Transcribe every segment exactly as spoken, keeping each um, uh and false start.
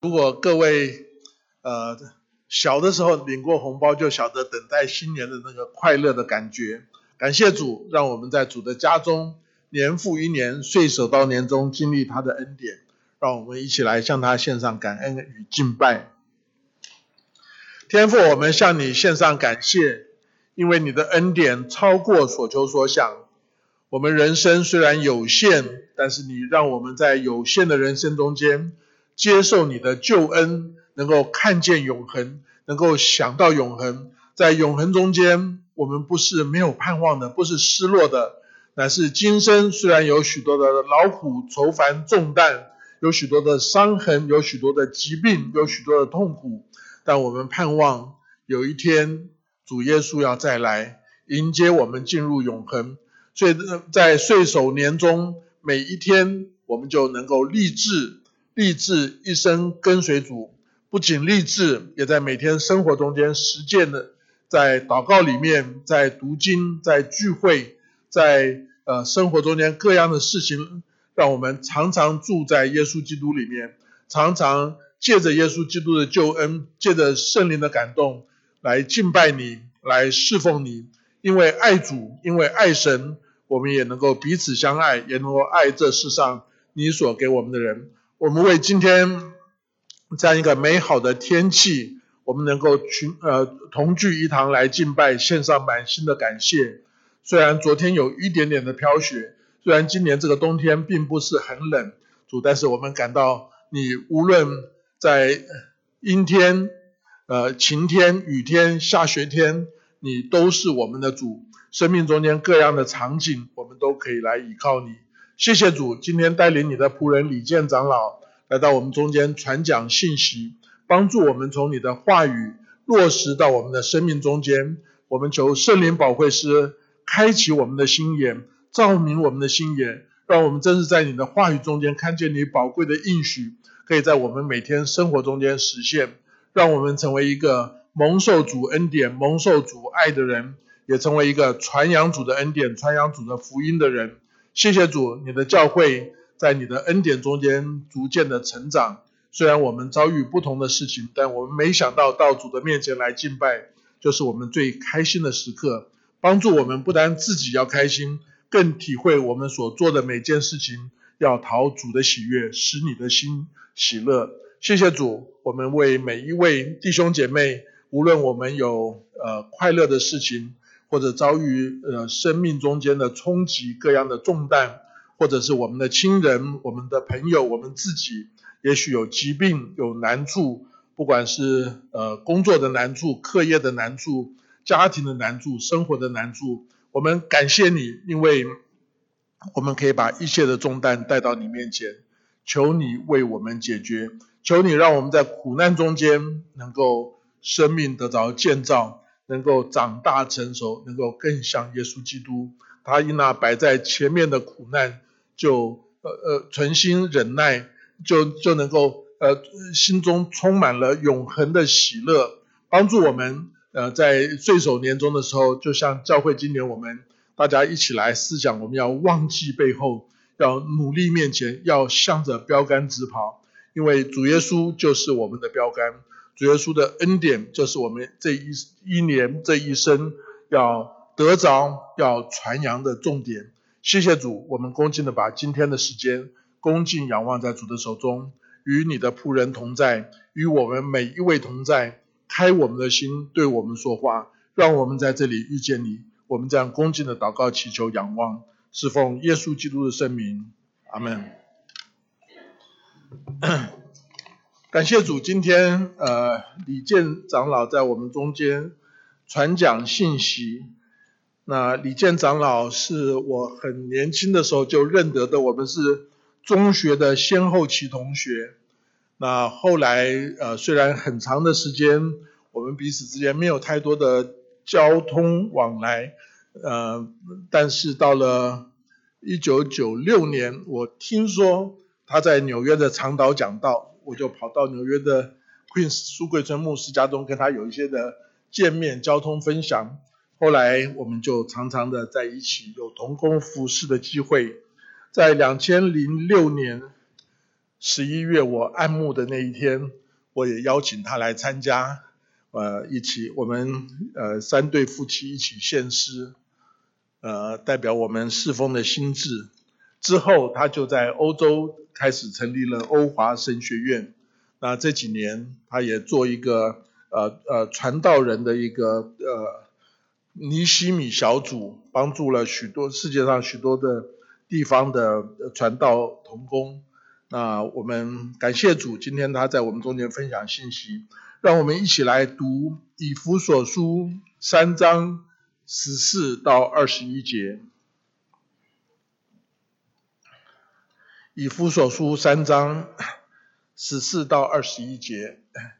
如果各位呃小的时候领过红包，就晓得等待新年的那个快乐的感觉。感谢主，让我们在主的家中年复一年，岁首到年终经历他的恩典。让我们一起来向他献上感恩与敬拜。天父，我们向你献上感谢，因为你的恩典超过所求所想。我们人生虽然有限，但是你让我们在有限的人生中间接受你的救恩，能够看见永恒，能够想到永恒。在永恒中间，我们不是没有盼望的，不是失落的，乃是今生虽然有许多的劳苦愁烦重担，有许多的伤痕，有许多的疾病，有许多的痛苦，但我们盼望有一天主耶稣要再来迎接我们进入永恒。所以在岁首年终每一天，我们就能够立志立志一生跟随主，不仅立志，也在每天生活中间实践的，在祷告里面，在读经，在聚会，在呃生活中间各样的事情，让我们常常住在耶稣基督里面，常常借着耶稣基督的救恩，借着圣灵的感动来敬拜你，来侍奉你。因为爱主，因为爱神，我们也能够彼此相爱，也能够爱这世上你所给我们的人。我们为今天这样一个美好的天气，我们能够群呃同聚一堂来敬拜，献上满心的感谢。虽然昨天有一点点的飘雪，虽然今年这个冬天并不是很冷，主，但是我们感到你无论在阴天、呃晴天、雨天、下雪天，你都是我们的主。生命中间各样的场景，我们都可以来依靠你。谢谢主，今天带领你的仆人李健长老来到我们中间传讲信息，帮助我们从你的话语落实到我们的生命中间。我们求圣灵保惠师开启我们的心眼，照明我们的心眼，让我们真是在你的话语中间看见你宝贵的应许，可以在我们每天生活中间实现，让我们成为一个蒙受主恩典、蒙受主爱的人，也成为一个传扬主的恩典、传扬主的福音的人。谢谢主，你的教会在你的恩典中间逐渐的成长。虽然我们遭遇不同的事情，但我们没想到到主的面前来敬拜，就是我们最开心的时刻。帮助我们不但自己要开心，更体会我们所做的每件事情要讨主的喜悦，使你的心喜乐。谢谢主，我们为每一位弟兄姐妹，无论我们有呃快乐的事情，或者遭遇呃生命中间的冲击，各样的重担，或者是我们的亲人、我们的朋友、我们自己，也许有疾病、有难处，不管是呃工作的难处、课业的难处、家庭的难处、生活的难处，我们感谢你，因为我们可以把一切的重担带到你面前，求你为我们解决，求你让我们在苦难中间能够生命得着建造，能够长大成熟，能够更像耶稣基督。他因那摆在前面的苦难，就呃呃存心忍耐，就就能够呃心中充满了永恒的喜乐，帮助我们呃在岁首年终的时候，就像教会今年我们大家一起来思想，我们要忘记背后，要努力面前，要向着标杆直跑，因为主耶稣就是我们的标杆。主耶稣的恩典就是我们这一一年这一生要得着要传扬的重点。谢谢主，我们恭敬的把今天的时间恭敬仰望在主的手中，与你的仆人同在，与我们每一位同在，开我们的心，对我们说话，让我们在这里遇见你。我们这样恭敬的祷告祈求仰望，是奉耶稣基督的圣名，阿们。感谢主，今天呃李健长老在我们中间传讲信息。那李健长老是我很年轻的时候就认得的，我们是中学的先后期同学。那后来呃虽然很长的时间我们彼此之间没有太多的交通往来，呃但是到了一九九六年，我听说他在纽约的长岛讲道，我就跑到纽约的 Queens 苏桂春牧师家中跟他有一些的见面交通分享。后来我们就常常的在一起有同工服事的机会。在二零零六年十一月我按牧的那一天，我也邀请他来参加，呃，一起我们呃三对夫妻一起献诗，呃，代表我们侍奉的心志。之后他就在欧洲开始成立了欧华神学院。那这几年他也做一个呃呃传道人的一个呃尼西米小组，帮助了许多世界上许多的地方的传道同工。那我们感谢主，今天他在我们中间分享信息，让我们一起来读以弗所书三章十四到二十一节。以弗所书三章十四到二十一节，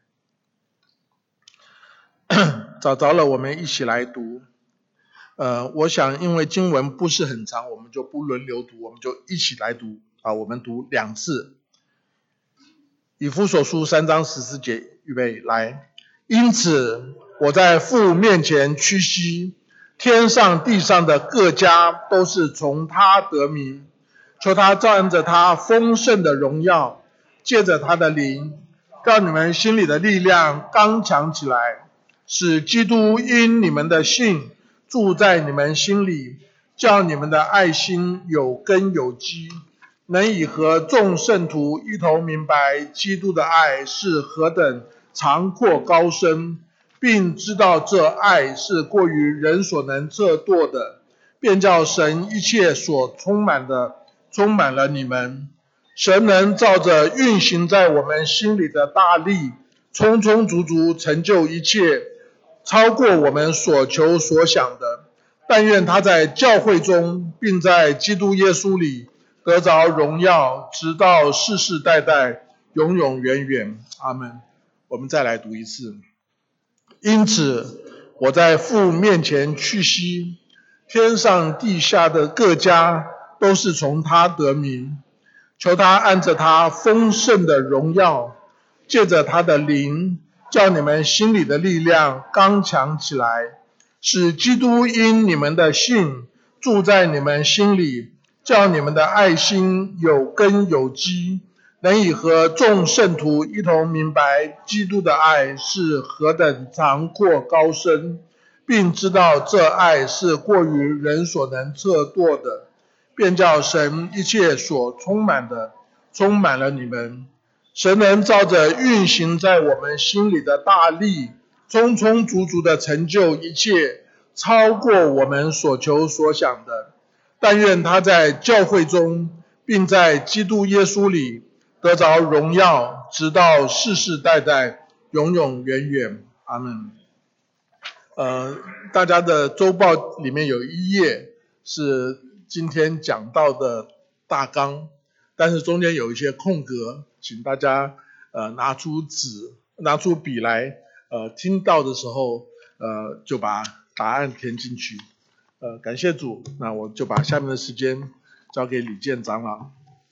找着了，我们一起来读。呃，我想因为经文不是很长，我们就不轮流读，我们就一起来读啊。我们读两次。以弗所书三章十四节，预备来。因此，我在父面前屈膝，天上地上的各家都是从他得名。求他照按着他丰盛的荣耀，借着他的灵，让你们心里的力量刚强起来，使基督因你们的信住在你们心里，叫你们的爱心有根有基，能以和众圣徒一同明白基督的爱是何等长阔高深，并知道这爱是过于人所能测度的，便叫神一切所充满的充满了你们。神能照着运行在我们心里的大力，充充足足成就一切，超过我们所求所想的。但愿他在教会中，并在基督耶稣里得着荣耀，直到世世代代，永永远远。阿们。我们再来读一次。因此，我在父面前屈膝，天上地下的各家都是从他得名。求他按着他丰盛的荣耀，借着他的灵，叫你们心里的力量刚强起来，使基督因你们的信住在你们心里，叫你们的爱心有根有基，能以和众圣徒一同明白基督的爱是何等长阔高深，并知道这爱是过于人所能测度的，便叫神一切所充满的充满了你们。神能照着运行在我们心里的大力，充充足足的成就一切，超过我们所求所想的。但愿他在教会中，并在基督耶稣里得着荣耀，直到世世代代，永永远远。阿们。呃，大家的周报里面有一页是今天讲到的大纲，但是中间有一些空格，请大家呃拿出纸、拿出笔来，呃听到的时候呃就把答案填进去。呃，感谢主，那我就把下面的时间交给李健长老。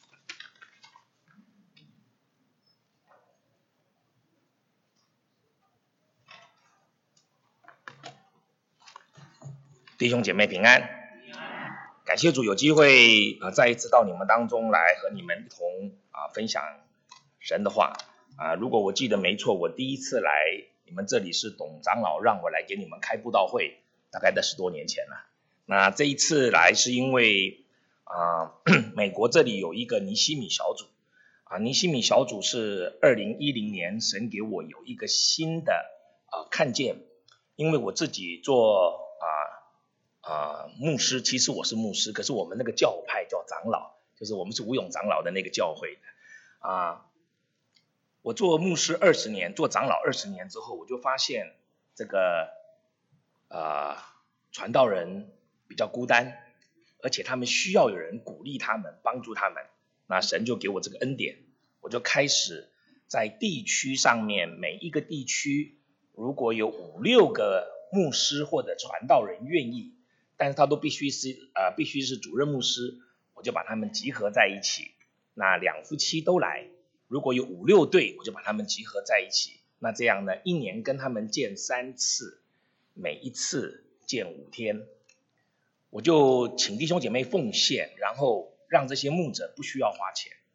弟兄姐妹平安，感谢主有机会啊、呃、再一次到你们当中来和你们一同啊、呃、分享神的话啊、呃。如果我记得没错，我第一次来你们这里是董长老让我来给你们开布道会，大概在十多年前了。那这一次来是因为啊、呃、美国这里有一个尼西米小组啊、呃，尼西米小组是二零一零年神给我有一个新的啊、呃、看见，因为我自己做啊。呃啊、呃，牧师，其实我是牧师，可是我们那个教派叫长老，就是我们是吴永长老的那个教会的啊、呃。我做牧师二十年，做长老二十年之后，我就发现这个呃传道人比较孤单，而且他们需要有人鼓励他们，帮助他们。那神就给我这个恩典，我就开始在地区上面，每一个地区如果有五六个牧师或者传道人愿意。但是他都必须是呃必须是主任牧师，我就把他们集合在一起。那两夫妻都来，如果有五六对，我就把他们集合在一起。那这样呢，一年跟他们见三次，每一次见五天。我就请弟兄姐妹奉献，然后让这些牧者不需要花钱，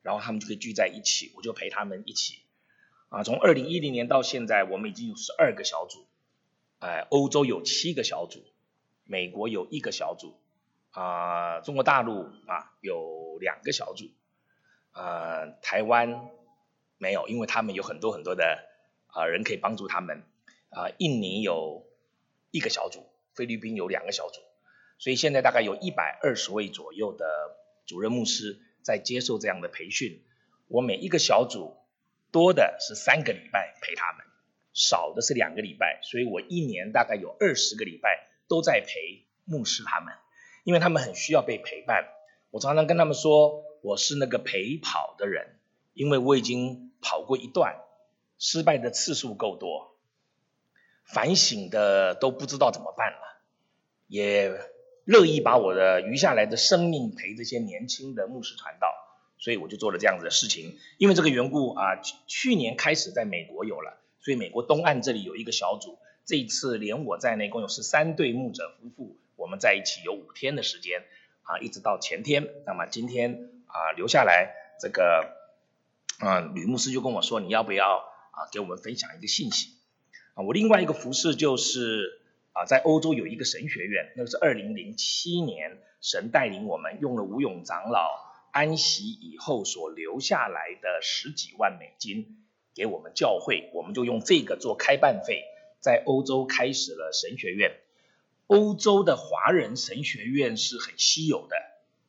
然后他们就可以聚在一起，我就陪他们一起。啊，从二零一零年到现在，我们已经有十二个小组，呃，欧洲有七个小组，美国有一个小组，啊、呃，中国大陆啊有两个小组，呃，台湾没有，因为他们有很多很多的啊、呃、人可以帮助他们，啊、呃，印尼有一个小组，菲律宾有两个小组，所以现在大概有一百二十位左右的主任牧师在接受这样的培训。我每一个小组多的是三个礼拜陪他们，少的是两个礼拜，所以我一年大概有二十个礼拜都在陪牧师他们，因为他们很需要被陪伴。我常常跟他们说，我是那个陪跑的人，因为我已经跑过一段，失败的次数够多，反省的都不知道怎么办了，也乐意把我的余下来的生命陪这些年轻的牧师传道，所以我就做了这样子的事情。因为这个缘故啊，去年开始在美国有了，所以美国东岸这里有一个小组，这一次连我在内共有十三对牧者夫妇，我们在一起有五天的时间啊，一直到前天。那么今天啊留下来，这个啊吕牧师就跟我说，你要不要啊给我们分享一个信息啊？我另外一个服事就是啊在欧洲有一个神学院，那个是二零零七年神带领我们用了吴永长老安息以后所留下来的十几万美金给我们教会，我们就用这个做开办费，在欧洲开始了神学院。欧洲的华人神学院是很稀有的，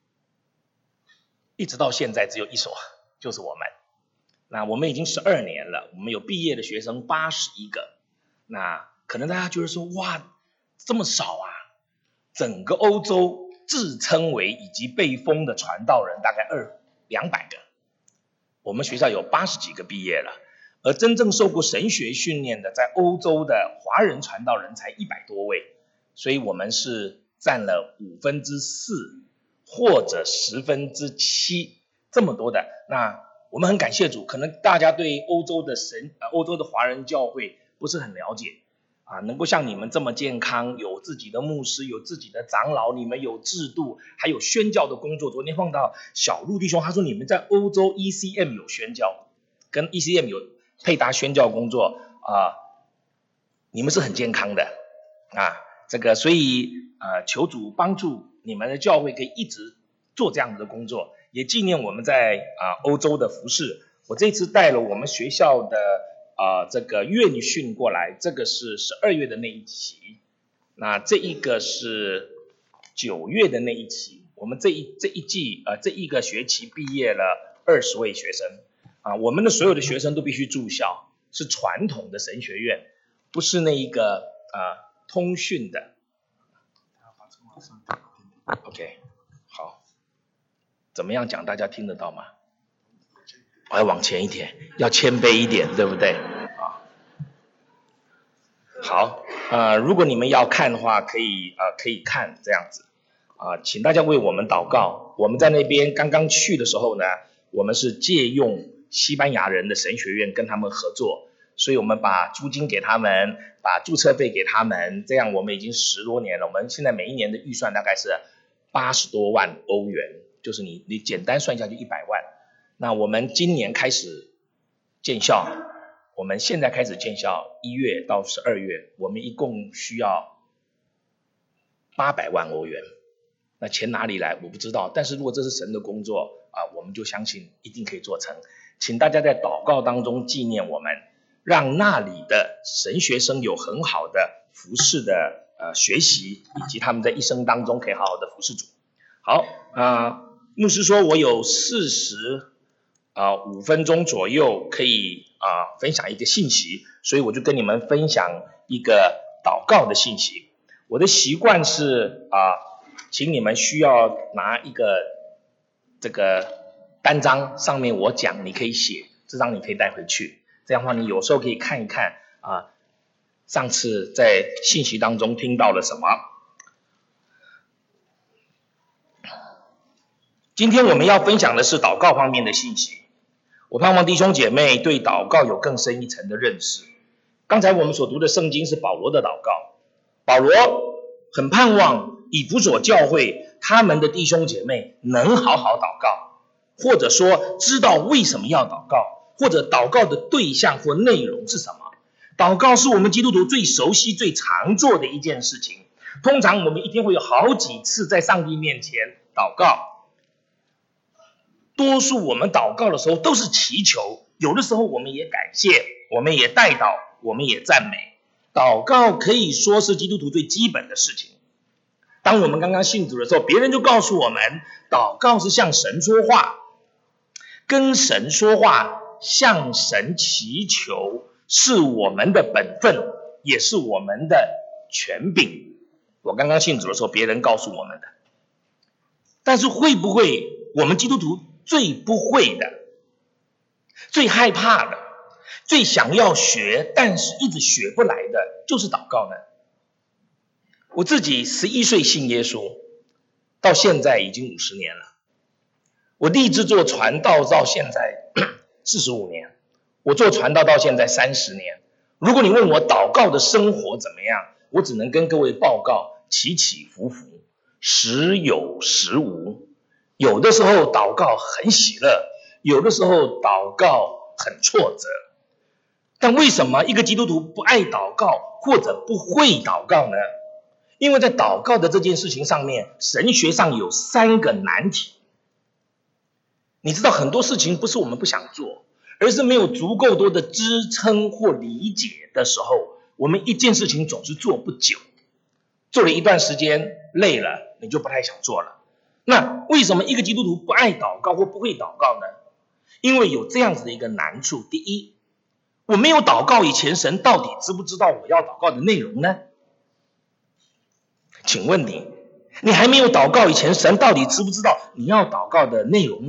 一直到现在只有一所，就是我们。那我们已经十二年了，我们有毕业的学生八十一个。那可能大家觉得说，哇，这么少啊！整个欧洲自称为以及被封的传道人大概二两百个，我们学校有八十几个毕业了，而真正受过神学训练的，在欧洲的华人传道人才一百多位，所以我们是占了五分之四或者十分之七这么多的。那我们很感谢主，可能大家对欧洲的神呃欧洲的华人教会不是很了解。啊，能够像你们这么健康，有自己的牧师，有自己的长老，你们有制度，还有宣教的工作。昨天碰到小陆弟兄，他说你们在欧洲 E C M 有宣教，跟 E C M 有配搭宣教工作啊，你们是很健康的啊。这个所以呃，求主帮助你们的教会可以一直做这样子的工作，也纪念我们在啊欧洲的服事。我这次带了我们学校的。啊、呃，这个院训过来，这个是十二月的那一期，那这一个是九月的那一期。我们这一这一季呃这一个学期毕业了二十位学生啊，我们的所有的学生都必须住校，是传统的神学院，不是那一个呃通讯的。OK， 好，怎么样讲大家听得到吗？我要往前一点，要谦卑一点，对不对？啊，好，呃，如果你们要看的话，可以呃可以看这样子啊、呃，请大家为我们祷告。我们在那边刚刚去的时候呢，我们是借用西班牙人的神学院跟他们合作，所以我们把租金给他们，把注册费给他们，这样我们已经十多年了。我们现在每一年的预算大概是八十多万欧元，就是你你简单算一下就一百万。那我们今年开始建校，我们现在开始建校，一月到十二月，我们一共需要八百万欧元。那钱哪里来？我不知道。但是如果这是神的工作啊，我们就相信一定可以做成。请大家在祷告当中纪念我们，让那里的神学生有很好的服事的呃学习，以及他们在一生当中可以好好的服事主。好啊、呃，牧师说我有四十。啊、呃，五分钟左右可以啊、呃、分享一个信息，所以我就跟你们分享一个祷告的信息。我的习惯是啊、呃，请你们需要拿一个这个单张，上面我讲你可以写，这张你可以带回去。这样的话，你有时候可以看一看啊、呃，上次在信息当中听到了什么。今天我们要分享的是祷告方面的信息。我盼望弟兄姐妹对祷告有更深一层的认识。刚才我们所读的圣经是保罗的祷告，保罗很盼望以弗所教会他们的弟兄姐妹能好好祷告， 或者说知道为什么要祷告，或者祷告的对象或内容是什么。祷告是我们基督徒最熟悉、最常做的一件事情。通常我们一天会有好几次在上帝面前祷告，多数我们祷告的时候都是祈求，有的时候我们也感谢，我们也代祷，我们也赞美。祷告可以说是基督徒最基本的事情。当我们刚刚信主的时候，别人就告诉我们，祷告是向神说话，跟神说话，向神祈求，是我们的本分，也是我们的权柄。我刚刚信主的时候，别人告诉我们的。但是会不会我们基督徒最不会的、最害怕的、最想要学但是一直学不来的，就是祷告呢？我自己十一岁信耶稣，到现在已经五十年了。我立志做传道到现在四十五年，我做传道到现在三十年。如果你问我祷告的生活怎么样，我只能跟各位报告起起伏伏，时有时无。有的时候祷告很喜乐，有的时候祷告很挫折。但为什么一个基督徒不爱祷告或者不会祷告呢？因为在祷告的这件事情上面，神学上有三个难题。你知道很多事情不是我们不想做，而是没有足够多的支撑或理解的时候，我们一件事情总是做不久，做了一段时间累了，你就不太想做了。那为什么一个基督徒不爱祷告或不会祷告呢？因为有这样子的一个难处。第一，我没有祷告以前，神到底知不知道我要祷告的内容呢？请问你，你还没有祷告以前，神到底知不知道你要祷告的内容呢？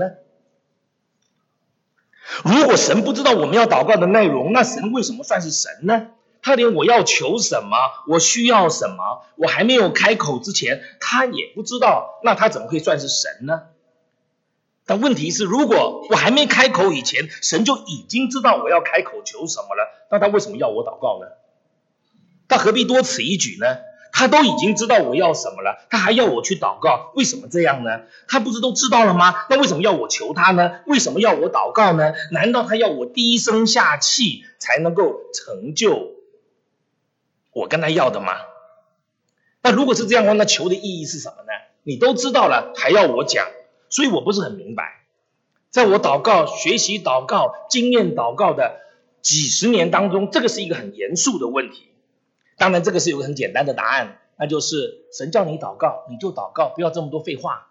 如果神不知道我们要祷告的内容，那神为什么算是神呢？他连我要求什么，我需要什么，我还没有开口之前，他也不知道，那他怎么会算是神呢？但问题是，如果我还没开口以前，神就已经知道我要开口求什么了，那他为什么要我祷告呢？他何必多此一举呢？他都已经知道我要什么了，他还要我去祷告，为什么这样呢？他不是都知道了吗？那为什么要我求他呢？为什么要我祷告呢？难道他要我低声下气才能够成就我跟他要的吗？那如果是这样的话，那求的意义是什么呢？你都知道了，还要我讲，所以我不是很明白。在我祷告、学习祷告、经验祷告的几十年当中，这个是一个很严肃的问题。当然这个是有个很简单的答案，那就是神叫你祷告，你就祷告，不要这么多废话。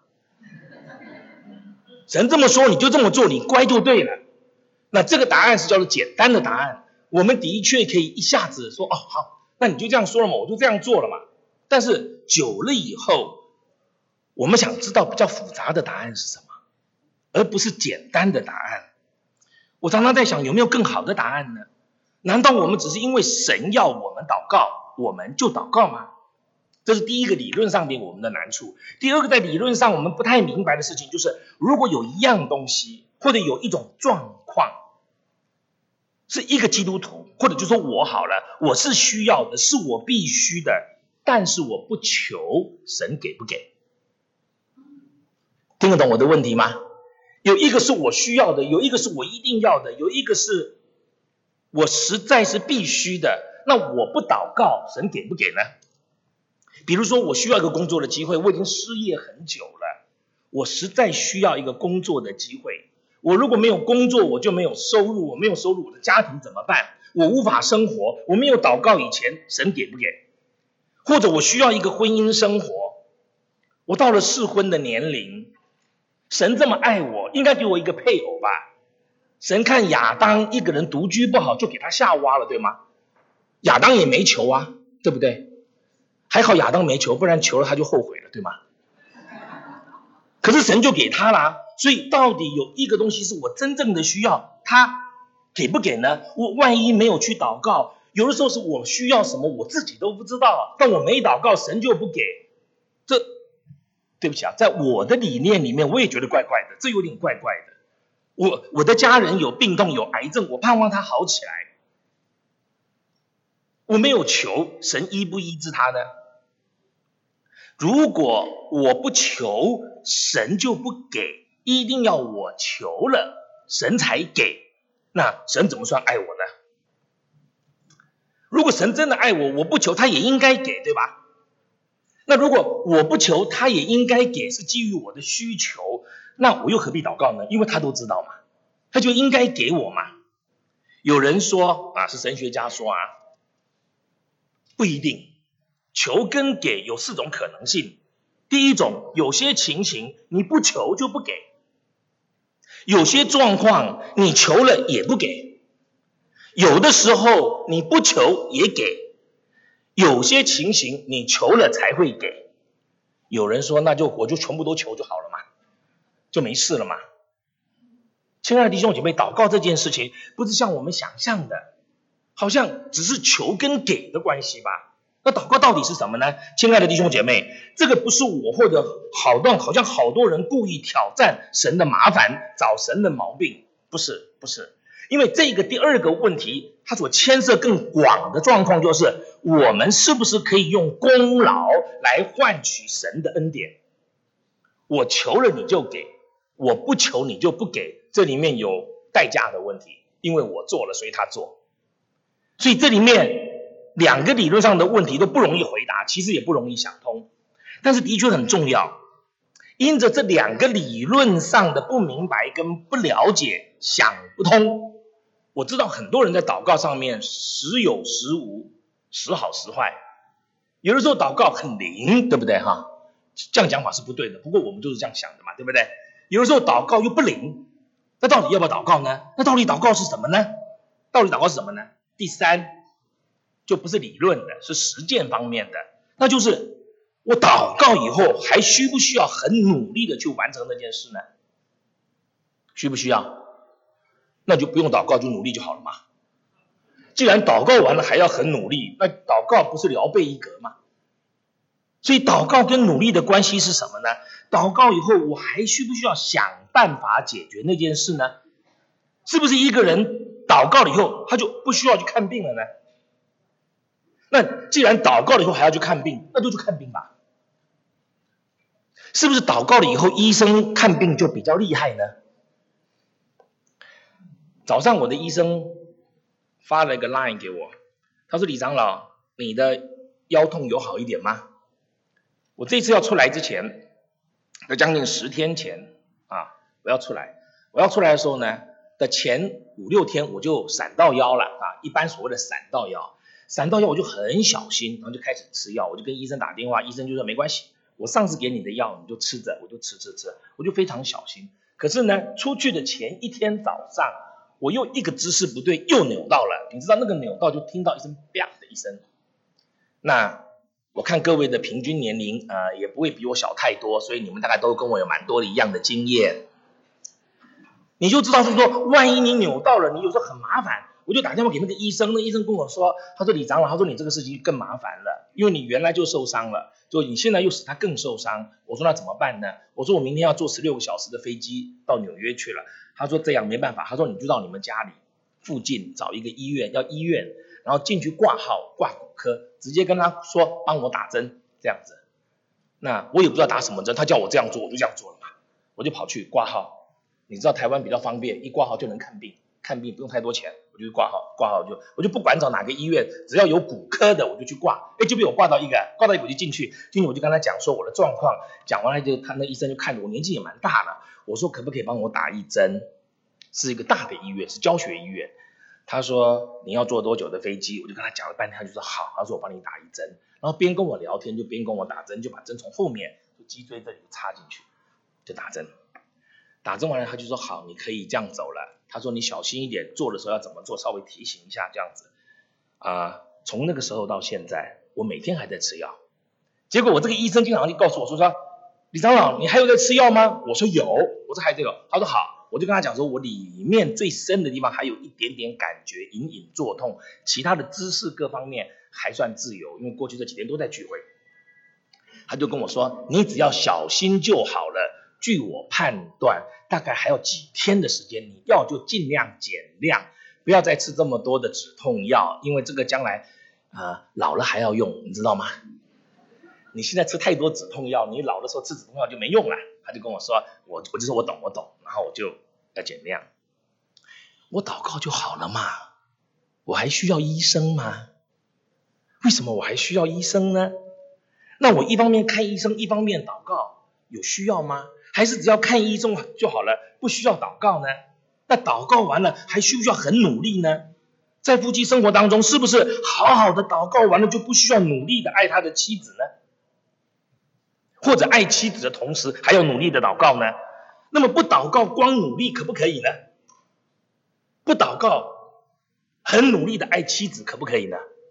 神这么说，你就这么做，你乖就对了。那这个答案是叫做简单的答案，我们的确可以一下子说，哦好，那你就这样说了嘛，我就这样做了嘛。但是久了以后，我们想知道比较复杂的答案是什么，而不是简单的答案。我常常在想，有没有更好的答案呢？难道我们只是因为神要我们祷告，我们就祷告吗？这是第一个理论上面我们的难处。第二个在理论上我们不太明白的事情，就是如果有一样东西，或者有一种状况，是一个基督徒，或者就说我好了，我是需要的，是我必须的，但是我不求，神给不给？听得懂我的问题吗？有一个是我需要的，有一个是我一定要的，有一个是我实在是必须的，那我不祷告，神给不给呢？比如说我需要一个工作的机会，我已经失业很久了，我实在需要一个工作的机会。我如果没有工作，我就没有收入，我没有收入，我的家庭怎么办？我无法生活，我没有祷告以前，神给不给？或者我需要一个婚姻生活，我到了适婚的年龄，神这么爱我，应该给我一个配偶吧？神看亚当一个人独居不好，就给他夏娃了，对吗？亚当也没求啊，对不对？还好亚当没求，不然求了他就后悔了，对吗？可是神就给他啦，所以到底有一个东西是我真正的需要，他给不给呢？我万一没有去祷告，有的时候是我需要什么我自己都不知道，但我没祷告，神就不给。这对不起啊，在我的理念里面，我也觉得怪怪的，这有点怪怪的。我我的家人有病痛有癌症，我盼望他好起来，我没有求，神医不医治他呢？如果我不求，神就不给， 一定要我求了神才给，那神怎么算爱我呢？如果神真的爱我，我不求他也应该给，对吧？那如果我不求他也应该给，是基于我的需求，那我又何必祷告呢？因为他都知道嘛，他就应该给我嘛。有人说啊，是神学家说啊，不一定，求跟给有四种可能性。第一种，有些情形你不求就不给，有些状况你求了也不给，有的时候你不求也给，有些情形你求了才会给。有人说那就我就全部都求就好了嘛，就没事了嘛。亲爱的弟兄姐妹，祷告这件事情不是像我们想象的好像只是求跟给的关系吧。那祷告到底是什么呢？亲爱的弟兄姐妹，这个不是我或者好多好像好多人故意挑战神的麻烦，找神的毛病，不是不是。因为这个第二个问题它所牵涉更广的状况，就是我们是不是可以用功劳来换取神的恩典。我求了你就给，我不求你就不给，这里面有代价的问题，因为我做了所以他做。所以这里面两个理论上的问题都不容易回答，其实也不容易想通，但是的确很重要。因着这两个理论上的不明白跟不了解，想不通，我知道很多人在祷告上面时有时无，时好时坏。有的时候祷告很灵，对不对哈？这样讲法是不对的，不过我们就是这样想的嘛，对不对？有的时候祷告又不灵，那到底要不要祷告呢？那到底祷告是什么呢？到底祷告是什么呢？第三，就不是理论的，是实践方面的，那就是我祷告以后还需不需要很努力的去完成那件事呢？需不需要？那就不用祷告，就努力就好了嘛。既然祷告完了还要很努力，那祷告不是聊备一格吗？所以祷告跟努力的关系是什么呢？祷告以后我还需不需要想办法解决那件事呢？是不是一个人祷告了以后他就不需要去看病了呢？那既然祷告了以后还要去看病，那就去看病吧。是不是祷告了以后医生看病就比较厉害呢？早上我的医生发了一个 line 给我，他说李长老，你的腰痛有好一点吗？我这次要出来之前，在将近十天前啊，我要出来，我要出来的时候呢的前五六天我就闪到腰了啊，一般所谓的闪到腰，闪到腰我就很小心，然后就开始吃药，我就跟医生打电话，医生就说没关系，我上次给你的药你就吃着，我就吃吃吃，我就非常小心。可是呢，出去的前一天早上，我又一个姿势不对，又扭到了，你知道那个扭到就听到一声啪的一声。那我看各位的平均年龄呃也不会比我小太多，所以你们大概都跟我有蛮多的一样的经验。你就知道是说，万一你扭到了，你有时候很麻烦。我就打电话给那个医生，那医生跟我说，他说李长老，他说你这个事情更麻烦了，因为你原来就受伤了，就你现在又使他更受伤。我说那怎么办呢？我说我明天要坐十六个小时的飞机到纽约去了。他说这样没办法，他说你就到你们家里附近找一个医院，要医院，然后进去挂号挂骨科，直接跟他说帮我打针这样子。那我也不知道打什么针，他叫我这样做，我就这样做了嘛，我就跑去挂号。你知道台湾比较方便，一挂号就能看病，看病不用太多钱，我就去挂号，挂号就我就不管找哪个医院，只要有骨科的我就去挂，哎，就被我挂到一个，挂到一个我就进去，进去我就跟他讲说我的状况，讲完了就他那医生就看着我年纪也蛮大了，我说可不可以帮我打一针，是一个大的医院，是教学医院，他说你要坐多久的飞机，我就跟他讲了半天，他就说好，他说我帮你打一针，然后边跟我聊天就边跟我打针，就把针从后面就脊椎这里插进去，就打针。打针完了他就说好，你可以这样走了，他说你小心一点，做的时候要怎么做稍微提醒一下这样子啊、呃。从那个时候到现在我每天还在吃药，结果我这个医生经常就告诉我说说李长老你还有在吃药吗？我说有，我说还有这个，他说好，我就跟他讲说我里面最深的地方还有一点点感觉隐隐作痛，其他的姿势各方面还算自由，因为过去这几天都在聚会。他就跟我说你只要小心就好了，据我判断大概还有几天的时间，你药就尽量减量，不要再吃这么多的止痛药，因为这个将来呃老了还要用，你知道吗？你现在吃太多止痛药，你老的时候吃止痛药就没用了他就跟我说，我我就说我懂我懂，然后我就要减量。我祷告就好了嘛，我还需要医生吗？为什么我还需要医生呢？那我一方面看医生，一方面祷告，有需要吗？还是只要看医生就好了，不需要祷告呢？那祷告完了，还需不需要很努力呢？在夫妻生活当中，是不是好好的祷告完了，就不需要努力的爱他的妻子呢？或者爱妻子的同时，还要努力的祷告呢？那么不祷告，光努力可不可以呢？不祷告，很努力的爱妻子可不可以呢？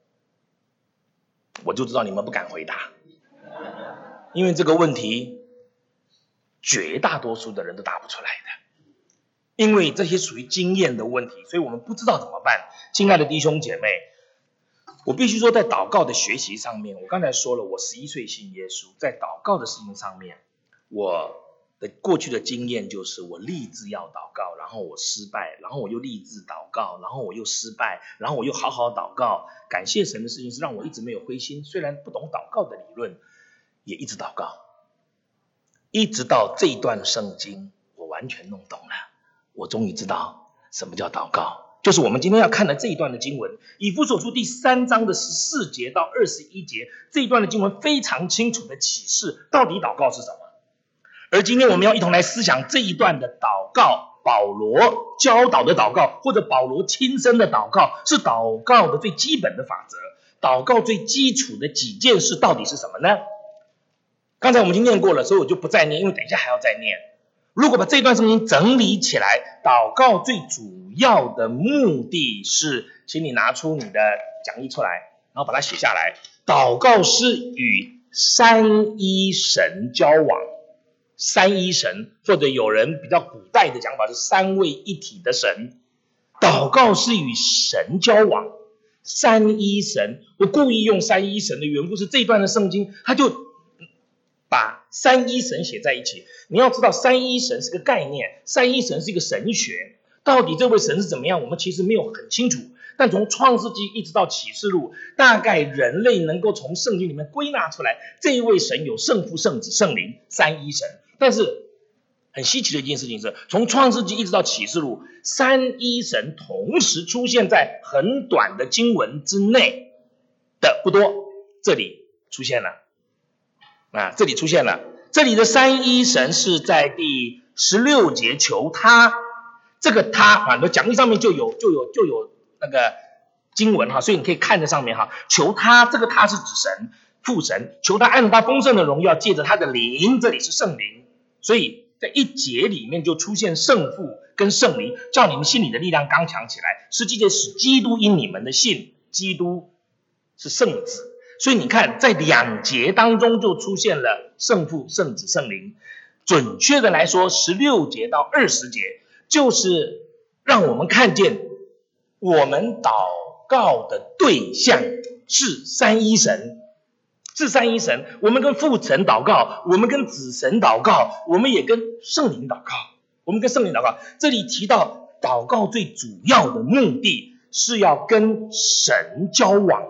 我就知道你们不敢回答，因为这个问题绝大多数的人都答不出来的，因为这些属于经验的问题，所以我们不知道怎么办。亲爱的弟兄姐妹，我必须说，在祷告的学习上面，我刚才说了，我十一岁信耶稣，在祷告的事情上面，我的过去的经验就是我立志要祷告，然后我失败，然后我又立志祷告，然后我又失败，然后我又好好祷告。感谢神的事情是让我一直没有灰心，虽然不懂祷告的理论，也一直祷告，一直到这一段圣经我完全弄懂了，我终于知道什么叫祷告，就是我们今天要看的这一段的经文，以弗所书第三章的十四节到二十一节，这一段的经文非常清楚的启示到底祷告是什么。而今天我们要一同来思想这一段的祷告，保罗教导的祷告，或者保罗亲身的祷告，是祷告的最基本的法则。祷告最基础的几件事到底是什么呢？刚才我们已经念过了，所以我就不再念，因为等一下还要再念。如果把这段圣经整理起来，祷告最主要的目的是，请你拿出你的讲义出来，然后把它写下来。祷告是与三一神交往，三一神，或者有人比较古代的讲法是三位一体的神。祷告是与神交往，三一神。我故意用三一神的缘故是这一段的圣经，它就把三一神写在一起。你要知道，三一神是个概念，三一神是一个神学。到底这位神是怎么样，我们其实没有很清楚。但从创世纪一直到启示录，大概人类能够从圣经里面归纳出来，这一位神有圣父、圣子、圣灵，三一神。但是很稀奇的一件事情是，从创世纪一直到启示录，三一神同时出现在很短的经文之内的不多，这里出现了啊，这里出现了。这里的三一神是在第十六节求他，这个他啊，讲义上面就有就有就有那个经文哈，所以你可以看在上面哈。求他，这个他是指神父神，求他按照他丰盛的荣耀，借着他的灵，这里是圣灵，所以在一节里面就出现圣父跟圣灵，叫你们心里的力量刚强起来。实际的使基督因你们的信，基督是圣子。所以你看，在两节当中就出现了圣父、圣子、圣灵。准确的来说，十六节到二十节就是让我们看见我们祷告的对象是三一神，是三一神。我们跟父神祷告，我们跟子神祷告，我们也跟圣灵祷告，我们跟圣灵祷告。这里提到祷告最主要的目的是要跟神交往。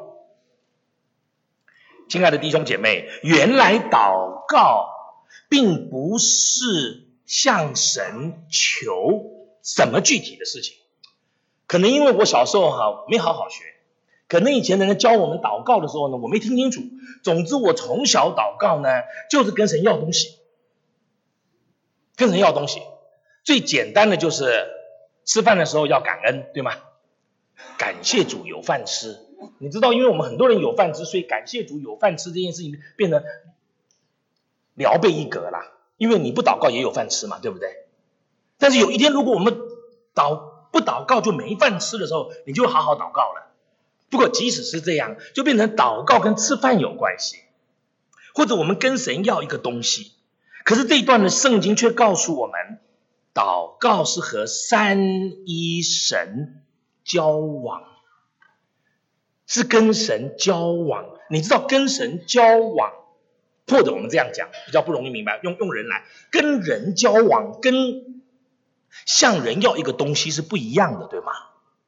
亲爱的弟兄姐妹，原来祷告并不是向神求什么具体的事情。可能因为我小时候哈没好好学，可能以前的人教我们祷告的时候呢，我没听清楚。总之我从小祷告呢，就是跟神要东西，跟神要东西。最简单的就是吃饭的时候要感恩，对吗？感谢主有饭吃。你知道，因为我们很多人有饭吃，所以感谢主有饭吃这件事情变得聊备一格啦。因为你不祷告也有饭吃嘛，对不对？但是有一天，如果我们祷不祷告就没饭吃的时候，你就好好祷告了。不过即使是这样，就变成祷告跟吃饭有关系，或者我们跟神要一个东西。可是这一段的圣经却告诉我们，祷告是和三一神交往，是跟神交往。你知道跟神交往，或者我们这样讲比较不容易明白，用用人来跟人交往，跟向人要一个东西是不一样的，对吗？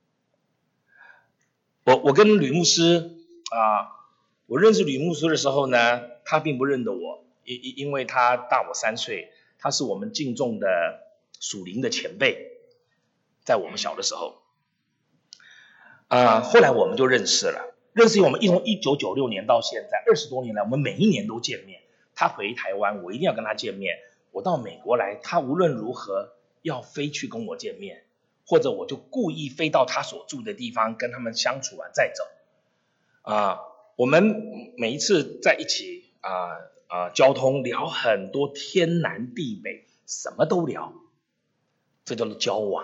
我我跟吕牧师啊，我认识吕牧师的时候呢，他并不认得我，因因为他大我三岁， 他是我们敬重的属灵的前辈，在我们小的时候，呃，后来我们就认识了，认识我们从一九九六年到现在二十多年来，我们每一年都见面。他回台湾，我一定要跟他见面；我到美国来，他无论如何要飞去跟我见面，或者我就故意飞到他所住的地方跟他们相处完再走。啊、呃，我们每一次在一起啊啊、呃呃、交通聊很多天南地北，什么都聊，这叫做交往。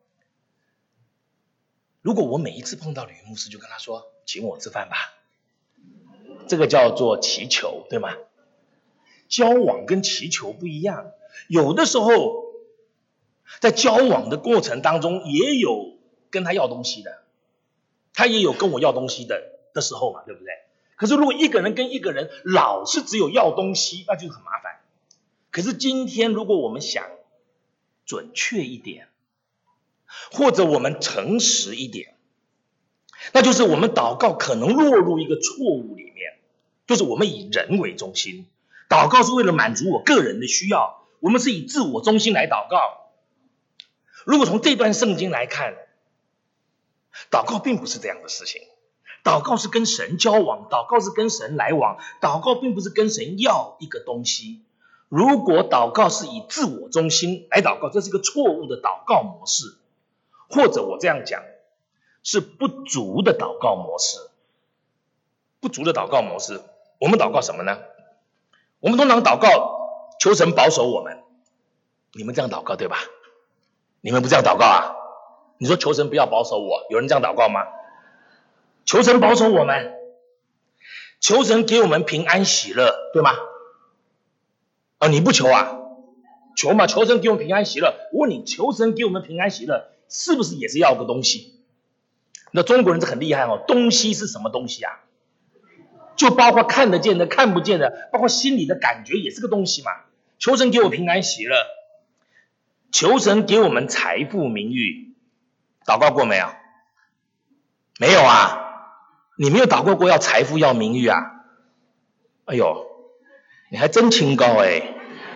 如果我每一次碰到吕牧师就跟他说请我吃饭吧，这个叫做祈求，对吗？交往跟祈求不一样，有的时候在交往的过程当中也有跟他要东西的，他也有跟我要东西的的时候嘛，对不对？可是如果一个人跟一个人老是只有要东西，那就很麻烦。可是今天如果我们想准确一点，或者我们诚实一点，那就是我们祷告可能落入一个错误里面，就是我们以人为中心，祷告是为了满足我个人的需要，我们是以自我中心来祷告。如果从这段圣经来看，祷告并不是这样的事情，祷告是跟神交往，祷告是跟神来往，祷告并不是跟神要一个东西。如果祷告是以自我中心来祷告，这是一个错误的祷告模式，或者我这样讲，是不足的祷告模式。不足的祷告模式，我们祷告什么呢？我们通常祷告求神保守我们，你们这样祷告对吧？你们不这样祷告啊？你说求神不要保守我，有人这样祷告吗？求神保守我们，求神给我们平安喜乐，对吗？啊，你不求啊？求嘛，求神给我们平安喜乐。我问你，求神给我们平安喜乐，是不是也是要个东西？那中国人是很厉害哦，东西是什么东西啊？就包括看得见的、看不见的，包括心里的感觉也是个东西嘛。求神给我平安喜乐，求神给我们财富名誉，祷告过没有？没有啊？你没有祷告过要财富要名誉啊？哎呦，你还真清高哎。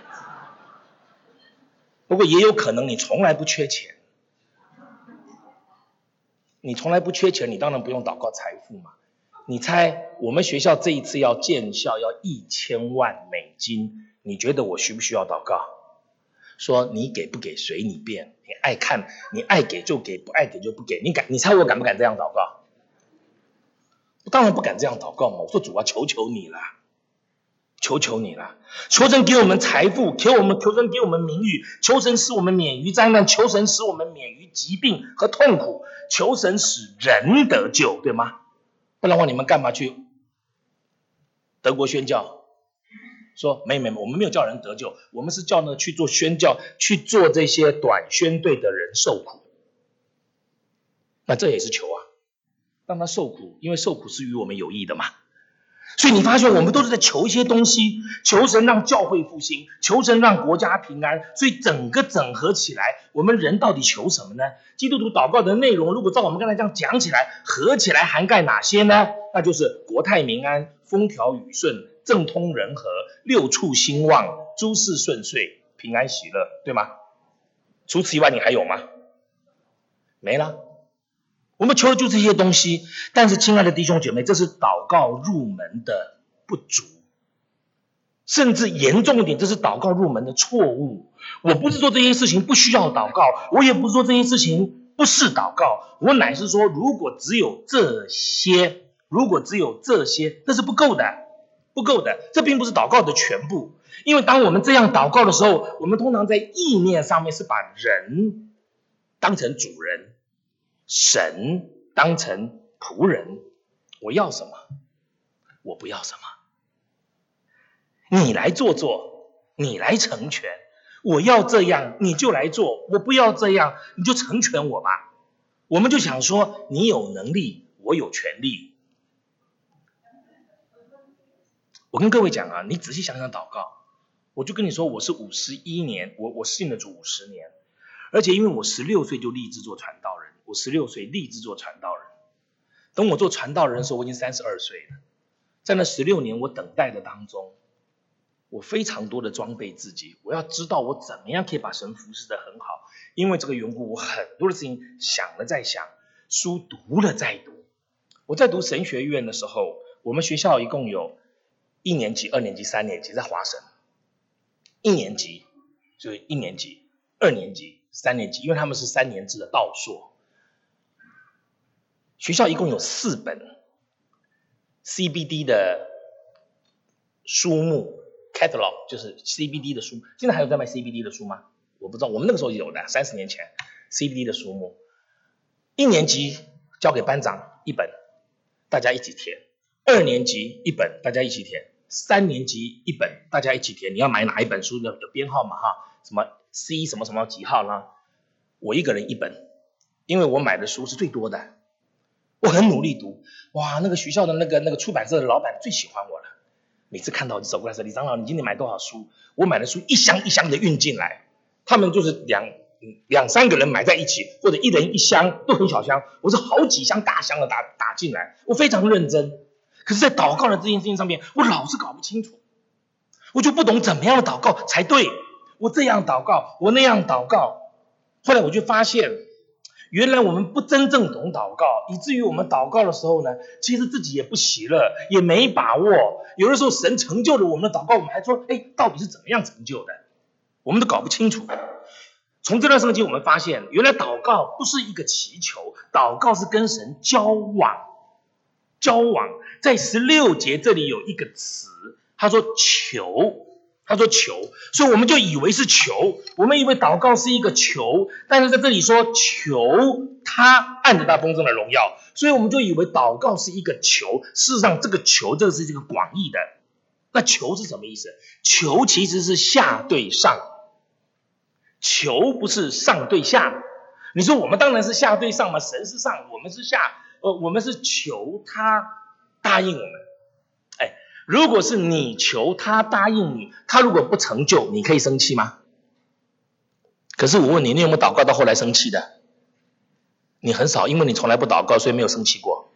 不过也有可能你从来不缺钱，你从来不缺钱，你当然不用祷告财富嘛。你猜我们学校这一次要建校要一千万美金，你觉得我需不需要祷告？说你给不给随你便，你爱看，你爱给就给，不爱给就不给。你敢？你猜我敢不敢这样祷告？我当然不敢这样祷告嘛。我说主啊，求求你了，求求你了，求神给我们财富，求我们求神给我们名誉，求神使我们免于灾难，求神使我们免于疾病和痛苦，求神使人得救，对吗？不然的话，你们干嘛去德国宣教？说没没没，我们没有叫人得救，我们是叫呢去做宣教，去做这些短宣队的人受苦。那这也是求啊，让他受苦，因为受苦是与我们有益的嘛。所以你发现我们都是在求一些东西，求神让教会复兴，求神让国家平安。所以整个整合起来，我们人到底求什么呢？基督徒祷告的内容，如果照我们刚才这样讲起来，合起来涵盖哪些呢？那就是国泰民安、风调雨顺、政通人和、六畜兴旺、诸事顺遂、平安喜乐，对吗？除此以外你还有吗？没了。我们求的就这些东西，但是亲爱的弟兄姐妹，这是祷告入门的不足，甚至严重一点，这是祷告入门的错误。我不是说这些事情不需要祷告，我也不是说这些事情不是祷告，我乃是说，如果只有这些，如果只有这些，那是不够的，不够的，这并不是祷告的全部。因为当我们这样祷告的时候，我们通常在意念上面是把人当成主人，神当成仆人，我要什么？我不要什么。你来做做，你来成全。我要这样，你就来做；我不要这样，你就成全我吧。我们就想说，你有能力，我有权利。我跟各位讲啊，你仔细想想祷告，我就跟你说，我是五十一年，我我信了主五十年，而且因为我十六岁就立志做传道人。我十六岁立志做传道人，等我做传道人的时候，我已经三十二岁了。在那十六年我等待的当中， 我非常多的装备自己，我要知道我怎么样可以把神服侍得很好。因为这个缘故，我很多的事情想了再想，书读了再读。我在读神学院的时候，我们学校一共有一年级、二年级、三年级在华神。一年级就是一年级，二年级、三年级，因为他们是三年制的道硕。学校一共有四本 C B D 的书目 catalog， 就是 C B D 的书。现在还有在卖 C B D 的书吗？我不知道，我们那个时候有的，三十年前 C B D 的书目。一年级交给班长一本，大家一起填；二年级一本，大家一起填；三年级一本，大家一起填。你要买哪一本书呢？有编号嘛哈？什么 C 什么什么几号呢？我一个人一本，因为我买的书是最多的。我很努力读，哇，那个学校的那个那个出版社的老板最喜欢我了。每次看到我就走过来说：“李长老，你今天买多少书？”我买的书一箱一箱的运进来，他们就是两两三个人买在一起，或者一人一箱，都很小箱。我是好几箱大箱的打打进来，我非常认真。可是，在祷告的这件事情上面，我老是搞不清楚，我就不懂怎么样的祷告才对。我这样祷告，我那样祷告，后来我就发现。原来我们不真正懂祷告，以至于我们祷告的时候呢，其实自己也不喜乐，也没把握。有的时候神成就了我们的祷告，我们还说，哎，到底是怎么样成就的？我们都搞不清楚。从这段圣经我们发现，原来祷告不是一个祈求，祷告是跟神交往。交往在十六节这里有一个词，他说求。他说求，所以我们就以为是求，我们以为祷告是一个求，但是在这里说求他按着他丰盛的荣耀，所以我们就以为祷告是一个求。事实上这个求这个是这个广义的。那求是什么意思？求其实是下对上，求不是上对下。你说我们当然是下对上嘛，神是上，我们是下，呃，我们是求他答应我们。哎。如果是你求他答应你，他如果不成就，你可以生气吗？可是我问你，你有没有祷告到后来生气的？你很少，因为你从来不祷告，所以没有生气过。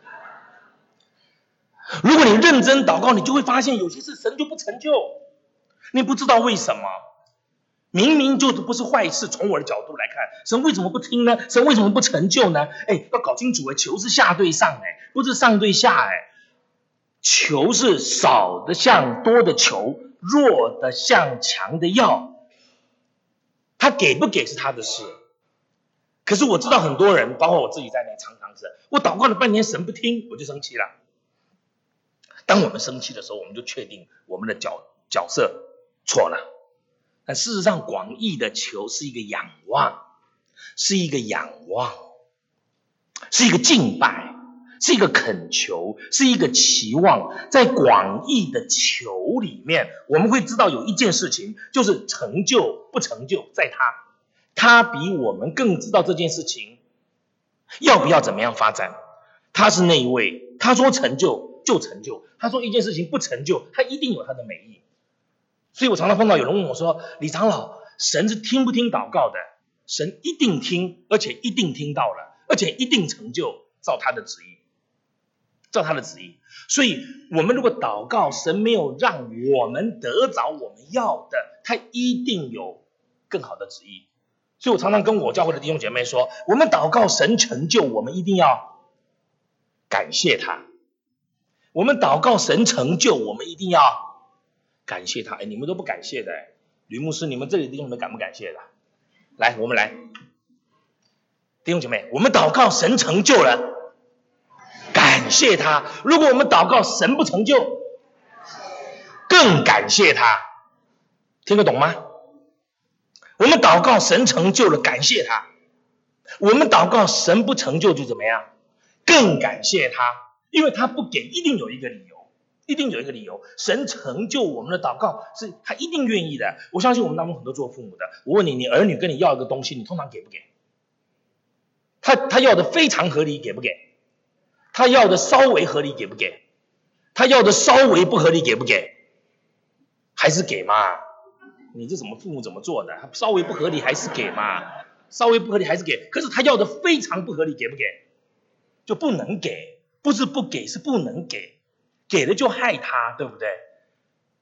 如果你认真祷告，你就会发现有些事神就不成就，你不知道为什么。明明就不是坏事，从我的角度来看，神为什么不听呢？神为什么不成就呢？哎，要搞清楚哎，求是下对上哎，不是上对下哎。求是少的像多的求，弱的像强的要。他给不给是他的事。可是我知道很多人，包括我自己在内，常常是我祷告了半天神不听，我就生气了。当我们生气的时候，我们就确定我们的角角色错了。但事实上广义的求是一个仰望，是一个仰望，是一个敬拜，是一个恳求，是一个期望。在广义的求里面，我们会知道有一件事情，就是成就不成就在他，他比我们更知道这件事情要不要怎么样发展。他是那一位，他说成就就成就，他说一件事情不成就，他一定有他的美意。所以我常常碰到有人问我说，李长老，神是听不听祷告的？神一定听，而且一定听到了，而且一定成就，照他的旨意，照他的旨意。所以我们如果祷告，神没有让我们得着我们要的，他一定有更好的旨意。所以我常常跟我教会的弟兄姐妹说，我们祷告神成就，我们一定要感谢他。我们祷告神成就，我们一定要感谢他。哎，你们都不感谢的，吕牧师，你们这里弟兄们感不感谢的？来，我们来，弟兄姐妹，我们祷告神成就了，感谢他。如果我们祷告神不成就，更感谢他。听得懂吗？我们祷告神成就了，感谢他。我们祷告神不成就就怎么样？更感谢他，因为他不给，一定有一个理由。一定有一个理由，神成就我们的祷告是他一定愿意的。我相信我们当中很多做父母的，我问你，你儿女跟你要一个东西，你通常给不给？他他要的非常合理，给不给？他要的稍微合理，给不给？他要的稍微不合理，给不给？还是给嘛？你这什么父母怎么做的？稍微不合理还是给嘛？稍微不合理还是给？可是他要的非常不合理，给不给？就不能给，不是不给，是不能给。给了就害他，对不对？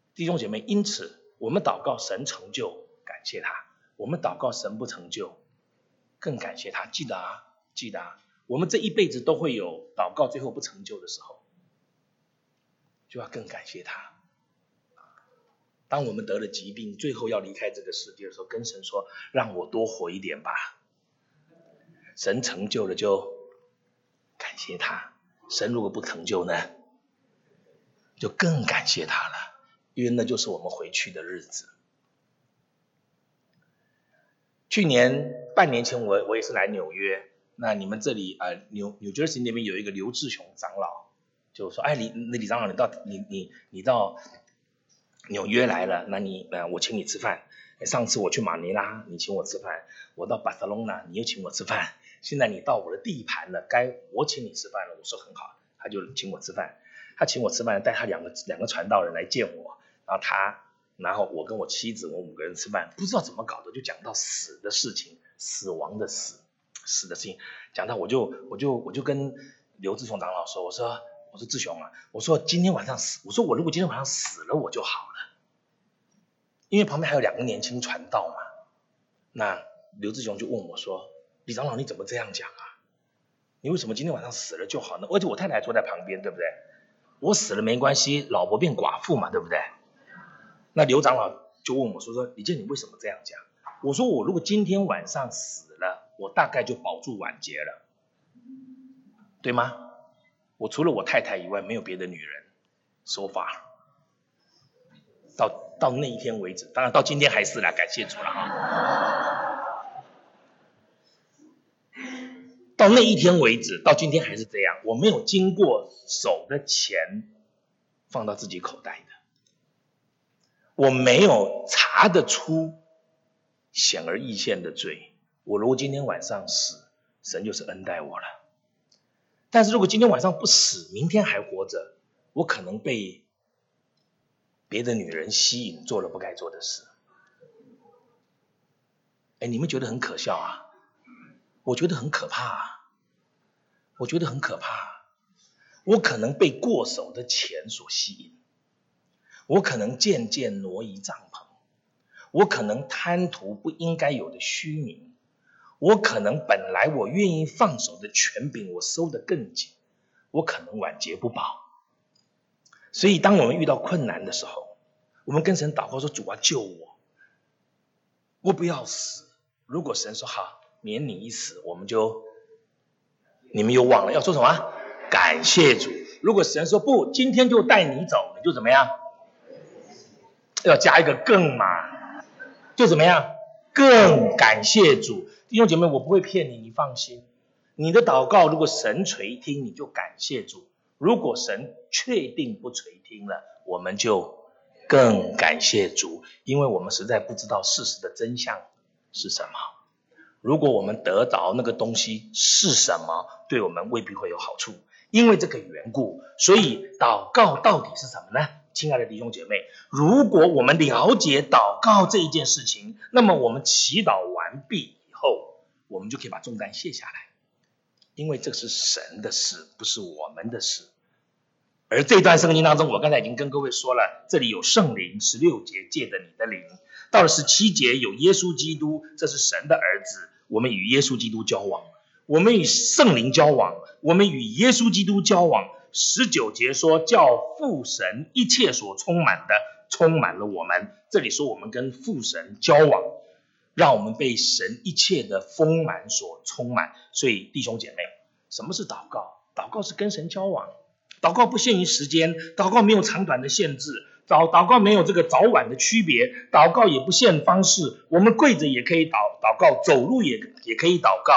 弟兄姐妹，因此我们祷告神成就，感谢他；我们祷告神不成就，更感谢他。记得啊，记得啊，我们这一辈子都会有祷告最后不成就的时候，就要更感谢他。当我们得了疾病，最后要离开这个世界的时候，跟神说：“让我多活一点吧。”神成就了就感谢他，神如果不成就呢，就更感谢他了，因为那就是我们回去的日子。去年半年前我我也是来纽约，那你们这里呃纽纽约市那边有一个刘志雄长老，就说：“哎，李那李长老，你到你你你到纽约来了，那你呃我请你吃饭。上次我去马尼拉，你请我吃饭；我到巴塞隆纳，你又请我吃饭。现在你到我的地盘了，该我请你吃饭了。”我说很好，他就请我吃饭。他请我吃饭，带他两个两个传道人来见我，然后他，然后我跟我妻子，我五个人吃饭，不知道怎么搞的，就讲到死的事情，死亡的死，死的事情，讲到我就我就我就跟刘志雄长老说，我说我说志雄啊，我说今天晚上死，我说我如果今天晚上死了我就好了。因为旁边还有两个年轻传道嘛，那刘志雄就问我说：“李长老，你怎么这样讲啊？你为什么今天晚上死了就好呢？而且我太太坐在旁边，对不对？我死了没关系，老婆变寡妇嘛，对不对？”那刘长老就问我说：“说李健，你为什么这样讲？”我说：“我如果今天晚上死了，我大概就保住晚节了，对吗？我除了我太太以外，没有别的女人说法。到到那一天为止，当然到今天还是啦，感谢主了哈。到那一天为止，到今天还是这样，我没有经过手的钱放到自己口袋的，我没有查得出显而易见的罪。我如果今天晚上死，神就是恩待我了。但是如果今天晚上不死，明天还活着，我可能被别的女人吸引，做了不该做的事。哎，你们觉得很可笑啊？我觉得很可怕啊！我觉得很可怕。我可能被过手的钱所吸引，我可能渐渐挪移帐篷，我可能贪图不应该有的虚名，我可能本来我愿意放手的权柄，我收得更紧，我可能晚节不保。所以当我们遇到困难的时候，我们跟神祷告说：“主啊，救我，我不要死。”如果神说好，免你一死，我们就，你们又忘了要说什么？感谢主。如果神说不，今天就带你走，你就怎么样？要加一个更嘛，就怎么样？更感谢主。弟兄姐妹，我不会骗你，你放心。你的祷告如果神垂听，你就感谢主；如果神确定不垂听了，我们就更感谢主，因为我们实在不知道事实的真相是什么。如果我们得着那个东西是什么，对我们未必会有好处。因为这个缘故，所以祷告到底是什么呢？亲爱的弟兄姐妹，如果我们了解祷告这一件事情，那么我们祈祷完毕以后，我们就可以把重担卸下来，因为这是神的事，不是我们的事。而这段圣经当中，我刚才已经跟各位说了，这里有圣灵，十六节借着你的灵，到了十七节有耶稣基督，这是神的儿子，我们与耶稣基督交往，我们与圣灵交往，我们与耶稣基督交往。十九节说叫父神一切所充满的充满了我们，这里说我们跟父神交往，让我们被神一切的丰满所充满。所以弟兄姐妹，什么是祷告？祷告是跟神交往，祷告不限于时间，祷告没有长短的限制，祷祷告没有这个早晚的区别，祷告也不限方式，我们跪着也可以祷祷告，走路也也可以祷告。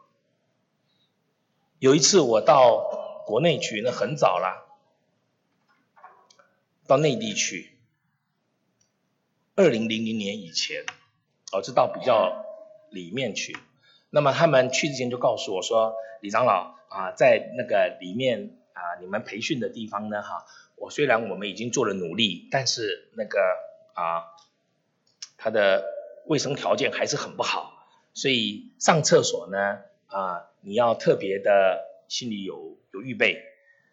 有一次我到国内去，那很早了，到内地去，二零零零年以前，哦，这到比较里面去。那么他们去之前就告诉我说，李长老啊，在那个里面啊，你们培训的地方呢，哈，我虽然我们已经做了努力，但是那个啊，他的卫生条件还是很不好，所以上厕所呢，啊，你要特别的心里有有预备。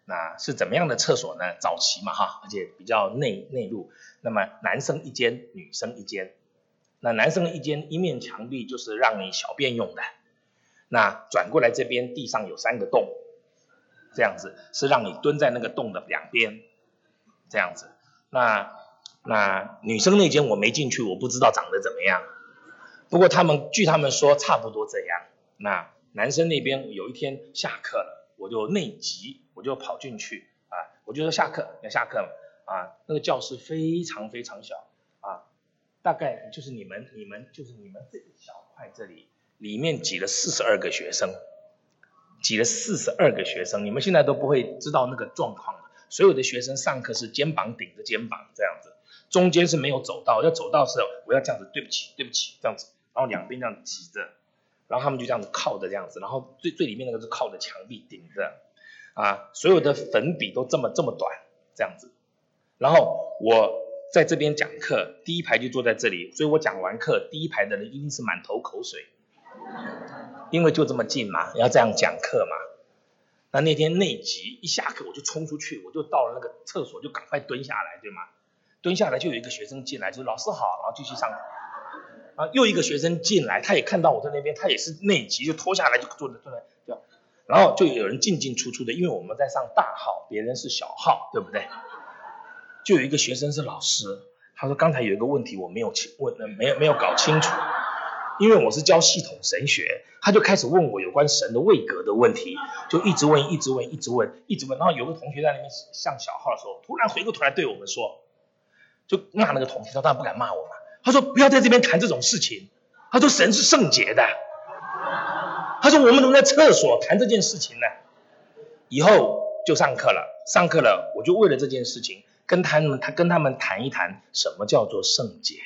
那是怎么样的厕所呢？早期嘛哈，而且比较内内陆，那么男生一间，女生一间。那男生的一间一面墙壁就是让你小便用的，那转过来这边地上有三个洞，这样子是让你蹲在那个洞的两边，这样子。那那女生那间我没进去，我不知道长得怎么样。不过他们据他们说差不多这样。那男生那边有一天下课了，我就内急，我就跑进去啊，我就说下课要下课了啊，那个教室非常非常小啊，大概就是你们你们就是你们这一小块这里里面挤了四十二个学生，挤了四十二个学生，你们现在都不会知道那个状况了。所有的学生上课是肩膀顶着肩膀这样子，中间是没有走道，要走道是我要这样子，对不起对不起这样子，然后两边这样挤着，然后他们就这样子靠着这样子，然后最最里面那个是靠着墙壁顶着啊，所有的粉笔都这么这么短这样子。然后我在这边讲课，第一排就坐在这里，所以我讲完课，第一排的人一定是满头口水，因为就这么近嘛，要这样讲课嘛。那那天内急，一下课我就冲出去，我就到了那个厕所，就赶快蹲下来，对吗？蹲下来就有一个学生进来，就老师好，然后继续上课。啊，又一个学生进来，他也看到我在那边，他也是内急，就脱下来就坐在坐在这样，然后就有人进进出出的，因为我们在上大号，别人是小号，对不对？就有一个学生是老师，他说刚才有一个问题我没有问，没有没有搞清楚。因为我是教系统神学，他就开始问我有关神的位格的问题，就一直问一直问一直问一直问，然后有个同学在那边上小号的时候，突然回过头来对我们说，就骂那个同学，他当然不敢骂我嘛，他说不要在这边谈这种事情，他说神是圣洁的，他说我们怎么在厕所谈这件事情呢？以后就上课了，上课了我就为了这件事情跟他们他跟他们谈一谈什么叫做圣洁。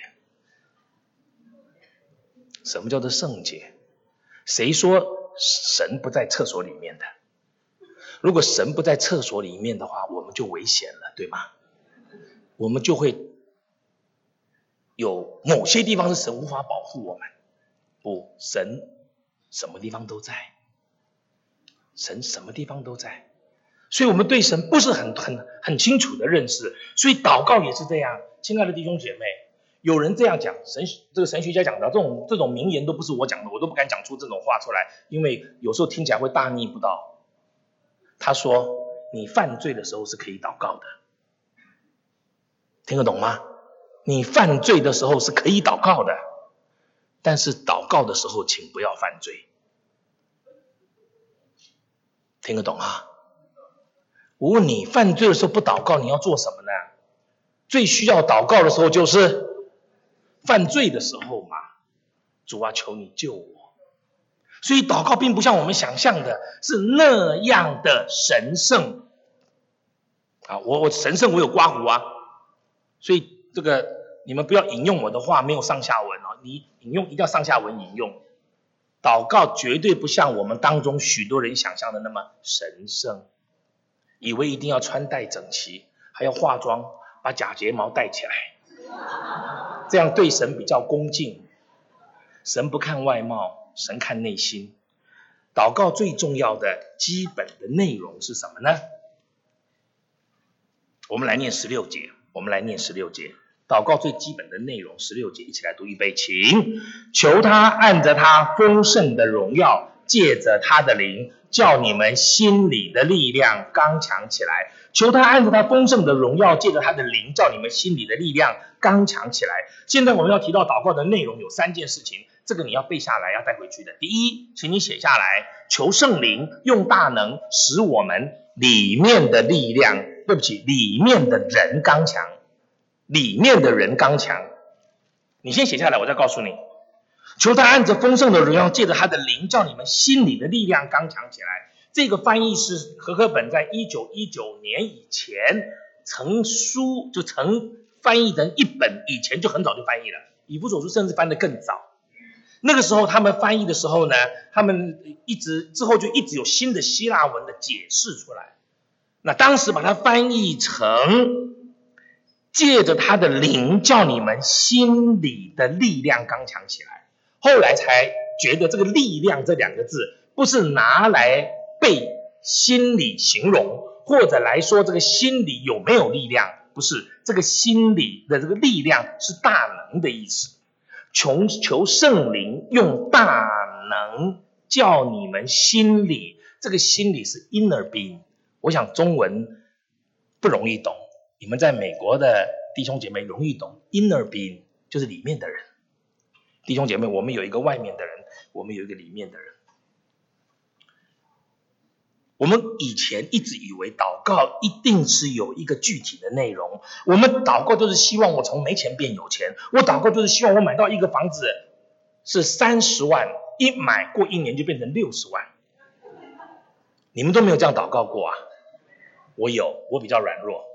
什么叫做圣洁？谁说神不在厕所里面的？如果神不在厕所里面的话，我们就危险了，对吗？我们就会有某些地方是神无法保护我们。不，神什么地方都在，神什么地方都在，所以我们对神不是很很很清楚的认识，所以祷告也是这样。亲爱的弟兄姐妹，有人这样讲，神这个神学家讲的这种这种名言都不是我讲的，我都不敢讲出这种话出来，因为有时候听起来会大逆不道。他说你犯罪的时候是可以祷告的，听得懂吗？你犯罪的时候是可以祷告的，但是祷告的时候请不要犯罪，听得懂啊？我问你，犯罪的时候不祷告你要做什么呢？最需要祷告的时候就是犯罪的时候嘛，主啊，求你救我。所以祷告并不像我们想象的是那样的神圣啊！我我神圣，我有刮胡啊，所以这个你们不要引用我的话，没有上下文哦，你引用一定要上下文引用。祷告绝对不像我们当中许多人想象的那么神圣，以为一定要穿戴整齐，还要化妆，把假睫毛戴起来。这样对神比较恭敬，神不看外貌，神看内心。祷告最重要的基本的内容是什么呢？我们来念十六节，我们来念十六节。祷告最基本的内容，十六节，一起来读预备，请。求他按着他丰盛的荣耀，借着他的灵，叫你们心里的力量刚强起来。求他按着他丰盛的荣耀，借着他的灵，叫你们心里的力量刚强起来。现在我们要提到祷告的内容有三件事情，这个你要背下来，要带回去的。第一，请你写下来，求圣灵用大能使我们里面的力量，对不起，里面的人刚强，里面的人刚强。你先写下来，我再告诉你。求他按着丰盛的荣耀，借着他的灵，叫你们心里的力量刚强起来。这个翻译是和合本在一九一九年以前成书，就成翻译成一本，以前就很早就翻译了。以弗所书甚至翻得更早。那个时候他们翻译的时候呢，他们一直之后就一直有新的希腊文的解释出来。那当时把它翻译成借着他的灵，叫你们心里的力量刚强起来。后来才觉得这个力量这两个字不是拿来被心理形容， 或者来说这个心里有没有力量，不是，这个心里的这个力量是大能的意思。求求圣灵用大能叫你们心里，这个心里是 inner being。 我想中文不容易懂，你们在美国的弟兄姐妹容易懂， inner being 就是里面的人。弟兄姐妹，我们有一个外面的人，我们有一个里面的人。我们以前一直以为祷告一定是有一个具体的内容，我们祷告就是希望我从没钱变有钱，我祷告就是希望我买到一个房子是三十万，一买过一年就变成六十万。你们都没有这样祷告过啊？我有，我比较软弱。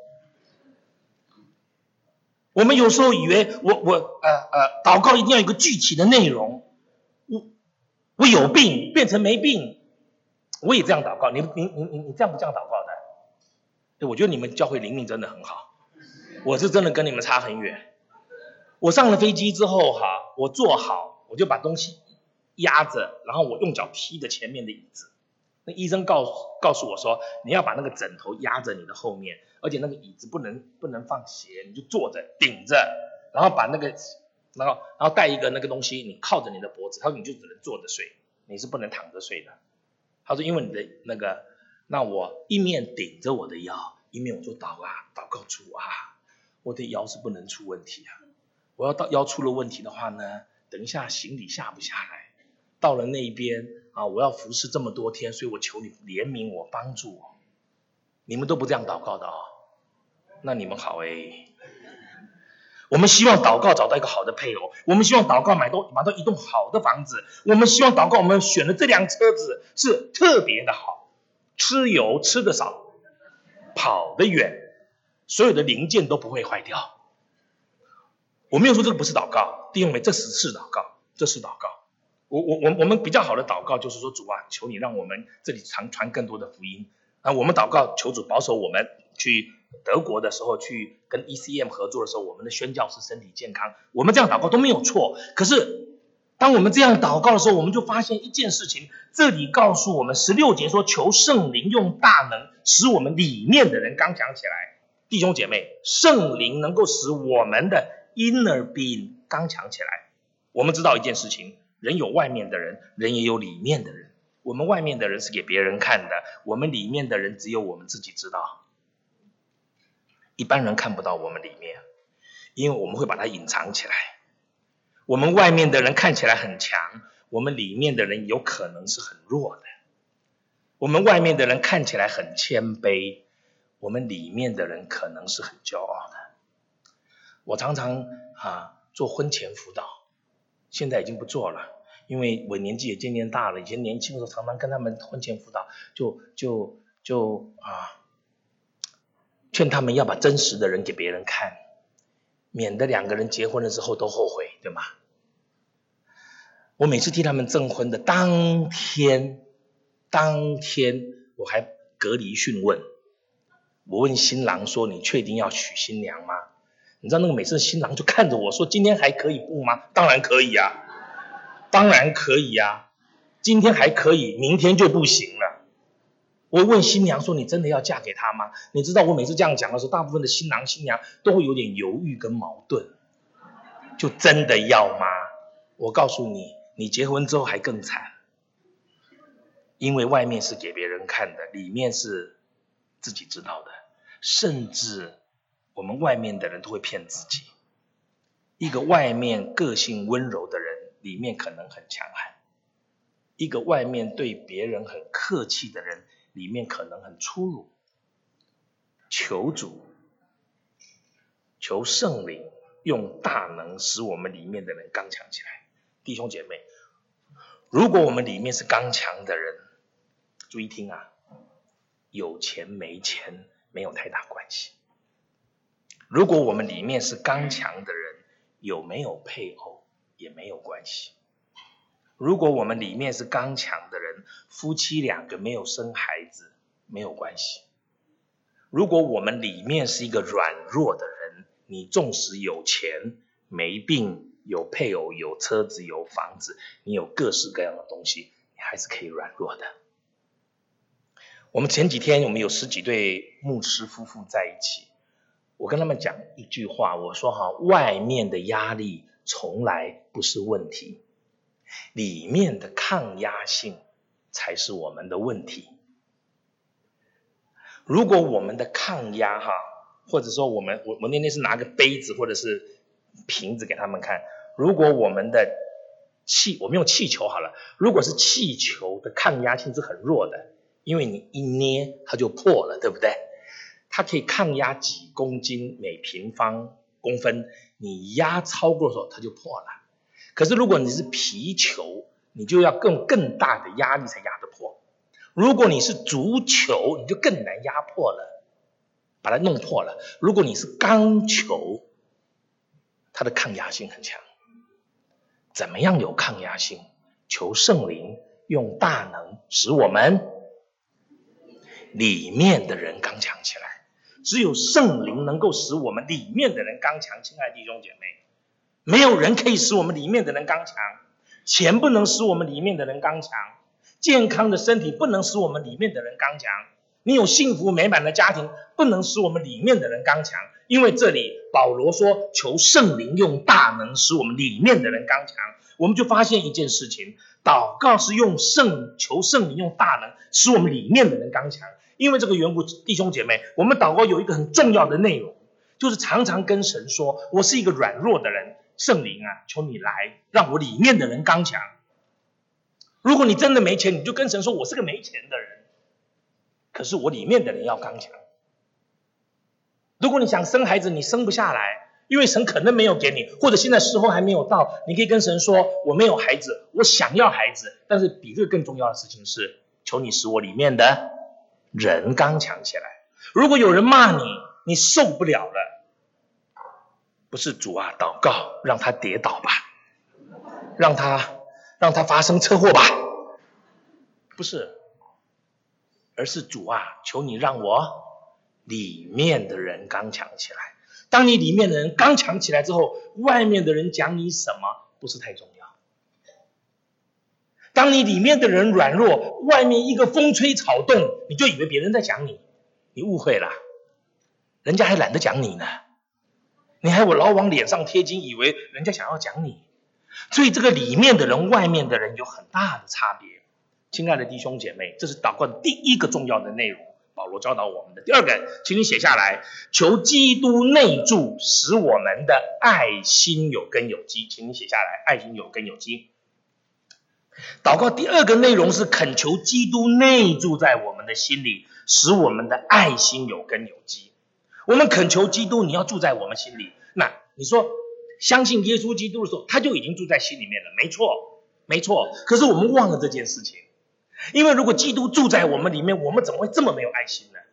我们有时候以为我我呃呃祷告一定要有一个具体的内容，我我有病变成没病。我也这样祷告，你你你你你这样不这样祷告的？对，我觉得你们教会灵命真的很好，我是真的跟你们差很远。我上了飞机之后哈，我坐好，我就把东西压着，然后我用脚踢着前面的椅子。那医生告诉告诉我说，你要把那个枕头压着你的后面，而且那个椅子不能不能放斜，你就坐着顶着，然后把那个然后然后带一个那个东西，你靠着你的脖子，他说你就只能坐着睡，你是不能躺着睡的。他说因为你的那个，那我一面顶着我的腰，一面我就祷啊祷告主啊，我的腰是不能出问题啊。我要到腰出了问题的话呢，等一下行李下不下来，到了那边啊，我要服侍这么多天，所以我求你怜悯我，帮助我。你们都不这样祷告的哦，那你们好诶。我们希望祷告找到一个好的配偶，我们希望祷告买到买到一栋好的房子，我们希望祷告我们选的这辆车子是特别的好，吃油吃的少，跑得远，所有的零件都不会坏掉。我没有说这个不是祷告，弟兄们，这是是祷告，这是祷告。我我我我们比较好的祷告就是说，主啊，求你让我们这里传传更多的福音啊！我们祷告，求主保守我们去德国的时候，去跟 E C M 合作的时候，我们的宣教士身体健康，我们这样祷告都没有错。可是当我们这样祷告的时候，我们就发现一件事情，这里告诉我们十六节说，求圣灵用大能使我们里面的人刚强起来。弟兄姐妹，圣灵能够使我们的 inner being 刚强起来。我们知道一件事情，人有外面的人，人也有里面的人。我们外面的人是给别人看的，我们里面的人只有我们自己知道。一般人看不到我们里面，因为我们会把它隐藏起来。我们外面的人看起来很强，我们里面的人有可能是很弱的。我们外面的人看起来很谦卑，我们里面的人可能是很骄傲的。我常常啊做婚前辅导，现在已经不做了，因为我年纪也渐渐大了。以前年轻的时候常常跟他们婚前辅导，就就就啊劝他们要把真实的人给别人看，免得两个人结婚的时候都后悔，对吗？我每次替他们证婚的当天，当天我还隔离讯问，我问新郎说：“你确定要娶新娘吗？”你知道那个每次新郎就看着我说：“今天还可以不吗？”当然可以啊，当然可以啊，今天还可以，明天就不行了。我问新娘说：“你真的要嫁给他吗？”你知道我每次这样讲的时候，大部分的新郎新娘都会有点犹豫跟矛盾，就真的要吗？我告诉你，你结婚之后还更惨，因为外面是给别人看的，里面是自己知道的，甚至我们外面的人都会骗自己。一个外面个性温柔的人，里面可能很强悍；一个外面对别人很客气的人，里面可能很粗鲁。求主，求圣灵用大能使我们里面的人刚强起来。弟兄姐妹，如果我们里面是刚强的人，注意听啊，有钱没钱没有太大关系。如果我们里面是刚强的人，有没有配偶也没有关系。如果我们里面是刚强的人，夫妻两个没有生孩子没有关系。如果我们里面是一个软弱的人，你纵使有钱没病有配偶有车子有房子，你有各式各样的东西，你还是可以软弱的。 我们前几天我们有十几对牧师夫妇在一起，我跟他们讲一句话，我说哈，外面的压力从来不是问题，里面的抗压性才是我们的问题。如果我们的抗压哈，或者说我们我我那天是拿个杯子或者是瓶子给他们看，如果我们的气我们用气球好了，如果是气球的抗压性是很弱的，因为你一捏它就破了，对不对？它可以抗压几公斤每平方公分，你压超过的时候它就破了。可是如果你是皮球，你就要更更大的压力才压得破。如果你是足球，你就更难压破了，把它弄破了。如果你是钢球，它的抗压性很强。怎么样有抗压性？求圣灵用大能使我们里面的人刚强起来。只有圣灵能够使我们里面的人刚强。亲爱的弟兄姐妹，没有人可以使我们里面的人刚强。钱不能使我们里面的人刚强，健康的身体不能使我们里面的人刚强，你有幸福美满的家庭不能使我们里面的人刚强。因为这里保罗说求圣灵用大能使我们里面的人刚强，我们就发现一件事情，祷告是用圣求圣灵用大能使我们里面的人刚强。因为这个缘故，弟兄姐妹，我们祷告有一个很重要的内容，就是常常跟神说，我是一个软弱的人，圣灵啊，求你来让我里面的人刚强。如果你真的没钱，你就跟神说，我是个没钱的人，可是我里面的人要刚强。如果你想生孩子，你生不下来，因为神可能没有给你，或者现在时候还没有到，你可以跟神说，我没有孩子，我想要孩子，但是比这个更重要的事情是，求你使我里面的人刚强起来。如果有人骂你，你受不了了，不是主啊，祷告让他跌倒吧，让他让他发生车祸吧，不是，而是主啊，求你让我里面的人刚强起来。当你里面的人刚强起来之后，外面的人讲你什么不是太重要。当你里面的人软弱，外面一个风吹草动，你就以为别人在讲你，你误会了，人家还懒得讲你呢，你还我老往脸上贴金，以为人家想要讲你。所以这个里面的人外面的人有很大的差别。亲爱的弟兄姐妹，这是祷告的第一个重要的内容，保罗教导我们的。第二个，请你写下来，求基督内住，使我们的爱心有根有基。请你写下来，爱心有根有基。祷告第二个内容是恳求基督内住在我们的心里，使我们的爱心有根有基。我们恳求基督，你要住在我们心里。那你说相信耶稣基督的时候，他就已经住在心里面了，没错没错。可是我们忘了这件事情，因为如果基督住在我们里面，我们怎么会这么没有爱心呢？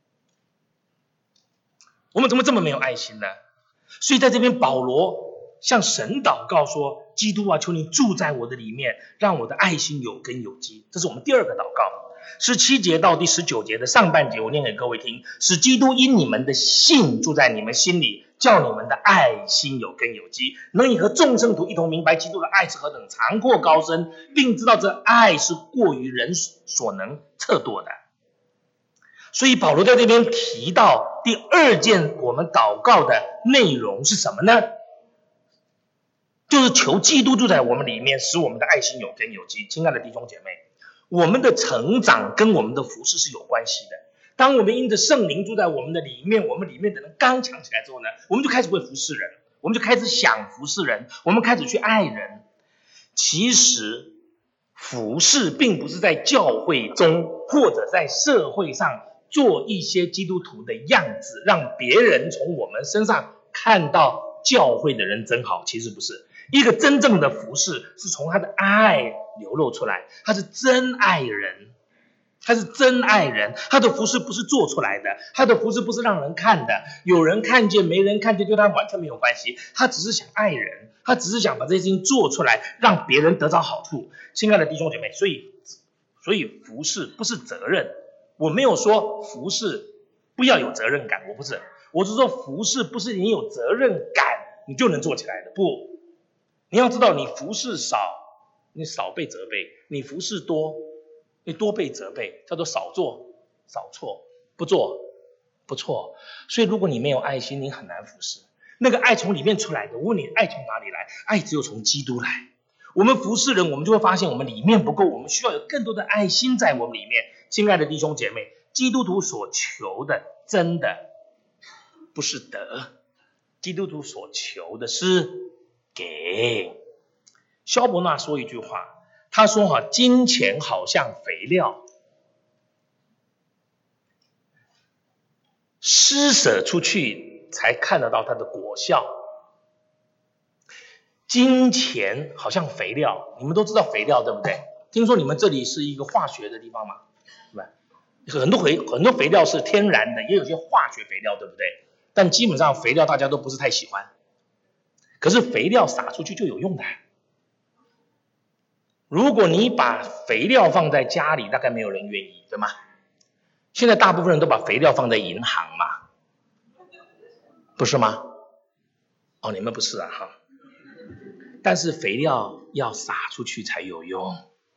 我们怎么这么没有爱心呢？所以在这边保罗向神祷告说，基督啊，求你住在我的里面，让我的爱心有根有基。这是我们第二个祷告。十七节到第十九节的上半节，我念给各位听，使基督因你们的信住在你们心里，叫你们的爱心有根有基，能以和众圣徒一同明白基督的爱是何等长阔高深，并知道这爱是过于人所能测度的。所以保罗在这边提到第二件我们祷告的内容是什么呢？就是求基督住在我们里面，使我们的爱心有根有基。亲爱的弟兄姐妹，我们的成长跟我们的服事是有关系的。当我们因着圣灵住在我们的里面，我们里面的人刚强起来之后呢，我们就开始会服侍人，我们就开始想服侍人，我们开始去爱人。其实服侍并不是在教会中或者在社会上做一些基督徒的样子，让别人从我们身上看到教会的人真好。其实不是，一个真正的服侍是从他的爱流露出来，他是真爱人，他是真爱人。他的服侍不是做出来的，他的服侍不是让人看的，有人看见没人看见对他完全没有关系，他只是想爱人，他只是想把这些事情做出来，让别人得到好处。亲爱的弟兄姐妹，所以所以服侍不是责任，我没有说服侍不要有责任感，我不是，我是说服侍不是你有责任感你就能做起来的，不，你要知道，你服侍少，你少被责备；你服侍多，你多被责备，叫做少做少错，不做不错。所以如果你没有爱心，你很难服侍。那个爱从里面出来的，我问你，爱从哪里来？爱只有从基督来。我们服侍人，我们就会发现我们里面不够，我们需要有更多的爱心在我们里面。亲爱的弟兄姐妹，基督徒所求的真的不是得，基督徒所求的是给。萧伯纳说一句话，他说哈，金钱好像肥料，施舍出去才看得到它的果效。金钱好像肥料，你们都知道肥料对不对？听说你们这里是一个化学的地方嘛，对吧？很多肥很多肥料是天然的，也有些化学肥料，对不对？但基本上肥料大家都不是太喜欢，可是肥料撒出去就有用的。如果你把肥料放在家里，大概没有人愿意，对吗？现在大部分人都把肥料放在银行嘛，不是吗？哦，你们不是啊哈。但是肥料要撒出去才有用。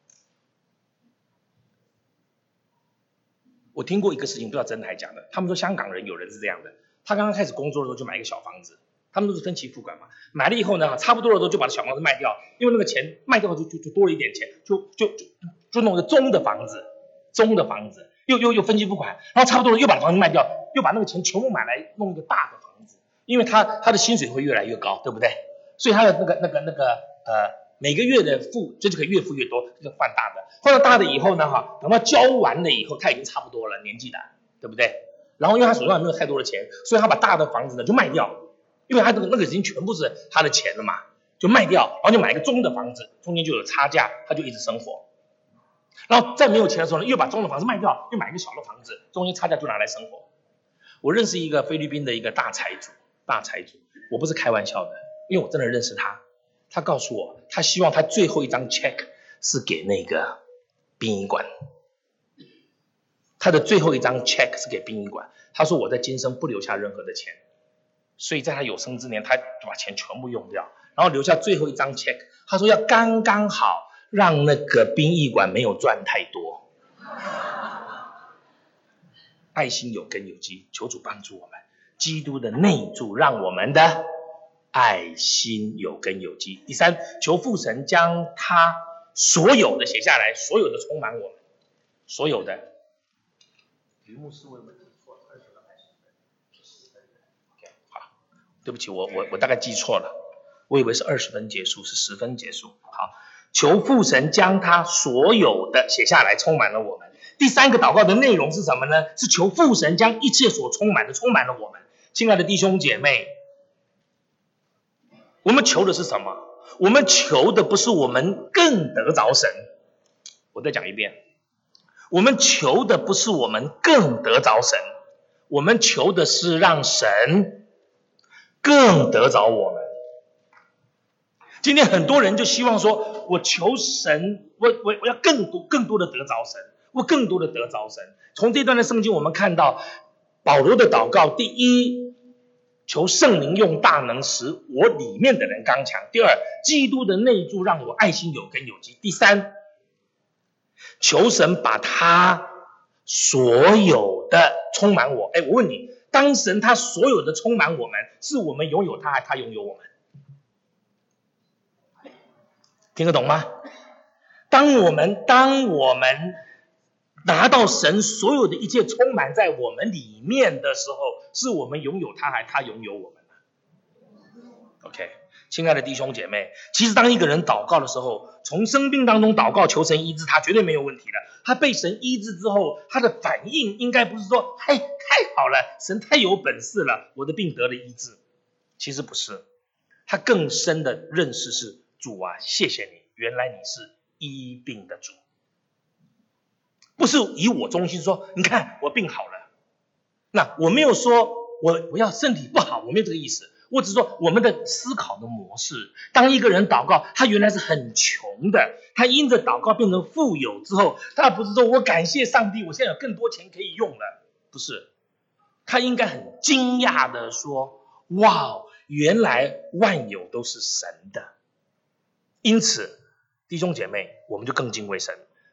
我听过一个事情，不知道真的还假的。他们说香港人有人是这样的，他刚刚开始工作的时候就买一个小房子，他们都是分期付款嘛，买了以后呢，差不多的时候就把小房子卖掉，因为那个钱卖掉就就就多了一点钱，就就就就弄个中的房子，中的房子，又又又分期付款，然后差不多了又把房子卖掉，又把那个钱全部买来弄一个大的房子，因为他他的薪水会越来越高，对不对？所以他的那个那个那个呃。每个月的付就这个月付越多，就换大的，换到大的以后呢，哈，等到交完了以后，他已经差不多了年纪的，对不对？然后因为他手上没有太多的钱，所以他把大的房子呢就卖掉，因为他那个那个已经全部是他的钱了嘛，就卖掉，然后就买一个中的房子，中间就有差价，他就一直生活。然后在没有钱的时候呢，又把中的房子卖掉，又买一个小的房子，中间差价就拿来生活。我认识一个菲律宾的一个大财主，大财主，我不是开玩笑的，因为我真的认识他。他告诉我，他希望他最后一张 check 是给那个殡仪馆。他的最后一张 check 是给殡仪馆。他说我在今生不留下任何的钱，所以在他有生之年，他就把钱全部用掉，然后留下最后一张 check。他说要刚刚好让那个殡仪馆没有赚太多。爱心有根有基，求主帮助我们，基督的内住让我们的爱心有根有基。第三，求父神将他所有的写下来，所有的充满我们，所有的。于牧师，我有没有记错？二十分还是十分？好，对不起，我我我大概记错了，我以为是二十分结束，是十分结束。好，求父神将他所有的写下来，充满了我们。第三个祷告的内容是什么呢？是求父神将一切所充满的充满了我们。亲爱的弟兄姐妹，我们求的是什么？我们求的不是我们更得着神。我再讲一遍，我们求的不是我们更得着神，我们求的是让神更得着我们。今天很多人就希望说，我求神，我我我要更多更多的得着神，我更多的得着神。从这段的圣经我们看到保罗的祷告，第一，求圣灵用大能使我里面的人刚强。第二，基督的内住让我爱心有根有基。第三，求神把他所有的充满我。哎，我问你，当神他所有的充满我们，是我们拥有他，还是他拥有我们？听得懂吗？当我们当我们拿到神所有的一切充满在我们里面的时候，是我们拥有他，还是他拥有我们 ？OK， 亲爱的弟兄姐妹，其实当一个人祷告的时候，从生病当中祷告求神医治他，绝对没有问题的。他被神医治之后，他的反应应该不是说，哎，太好了，神太有本事了，我的病得了医治。其实不是，他更深的认识是，主啊，谢谢你，原来你是医病的主。不是以我中心说，你看我病好了，那我没有说我我要身体不好，我没有这个意思。我只是说我们的思考的模式，当一个人祷告，他原来是很穷的，他因着祷告变成富有之后，他不是说我感谢上帝，我现在有更多钱可以用了，不是，他应该很惊讶的说，哇，原来万有都是神的。因此弟兄姐妹，我们就更敬畏神。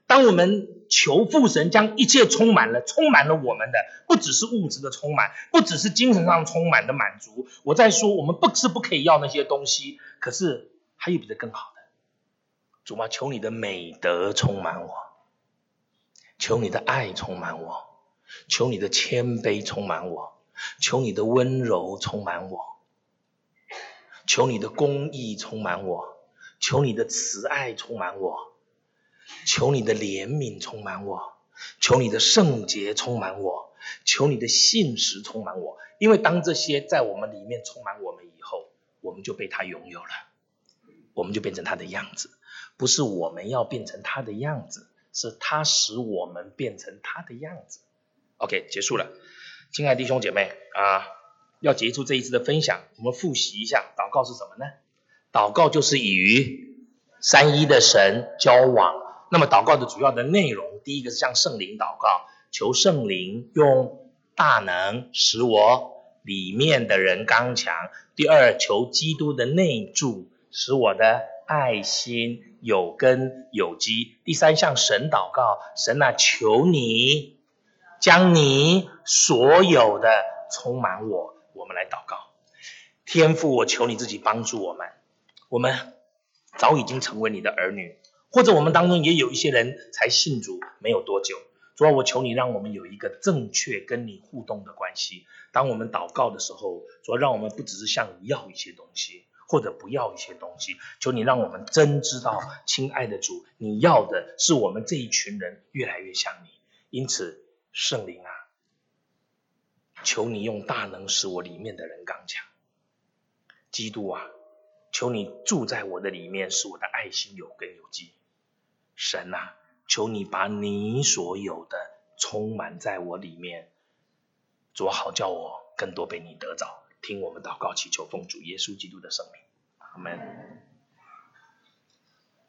当我们求父神将一切充满了，充满了我们的，不只是物质的充满，不只是精神上充满的满足。我在说，我们不是不可以要那些东西，可是还有比这更好的。主啊，求你的美德充满我，求你的爱充满我，求你的谦卑充满我，求你的温柔充满我，求你的公义充满我，求你的慈爱充满我，求你的怜悯充满我，求你的圣洁充满我，求你的信实充满我。因为当这些在我们里面充满我们以后，我们就被他拥有了，我们就变成他的样子。不是我们要变成他的样子，是他使我们变成他的样子。 OK， 结束了。亲爱的弟兄姐妹啊，要结束这一次的分享，我们复习一下祷告是什么呢？祷告就是与三一的神交往。那么祷告的主要的内容，第一个是向圣灵祷告，求圣灵用大能使我里面的人刚强。第二，求基督的内住，使我的爱心有根有基。第三，向神祷告，神啊，求你将你所有的充满我。我们来祷告。天父，我求你自己帮助我们，我们早已经成为你的儿女，或者我们当中也有一些人才信主没有多久。主啊，我求你让我们有一个正确跟你互动的关系。当我们祷告的时候，主啊，让我们不只是向你要一些东西，或者不要一些东西。求你让我们真知道，亲爱的主，你要的是我们这一群人越来越像你。因此圣灵啊，求你用大能使我里面的人刚强。基督啊，求你住在我的里面，使我的爱心有根有基。神啊，求你把你所有的充满在我里面，主好叫我更多被你得着。听我们祷告祈求，奉主耶稣基督的圣名，阿们。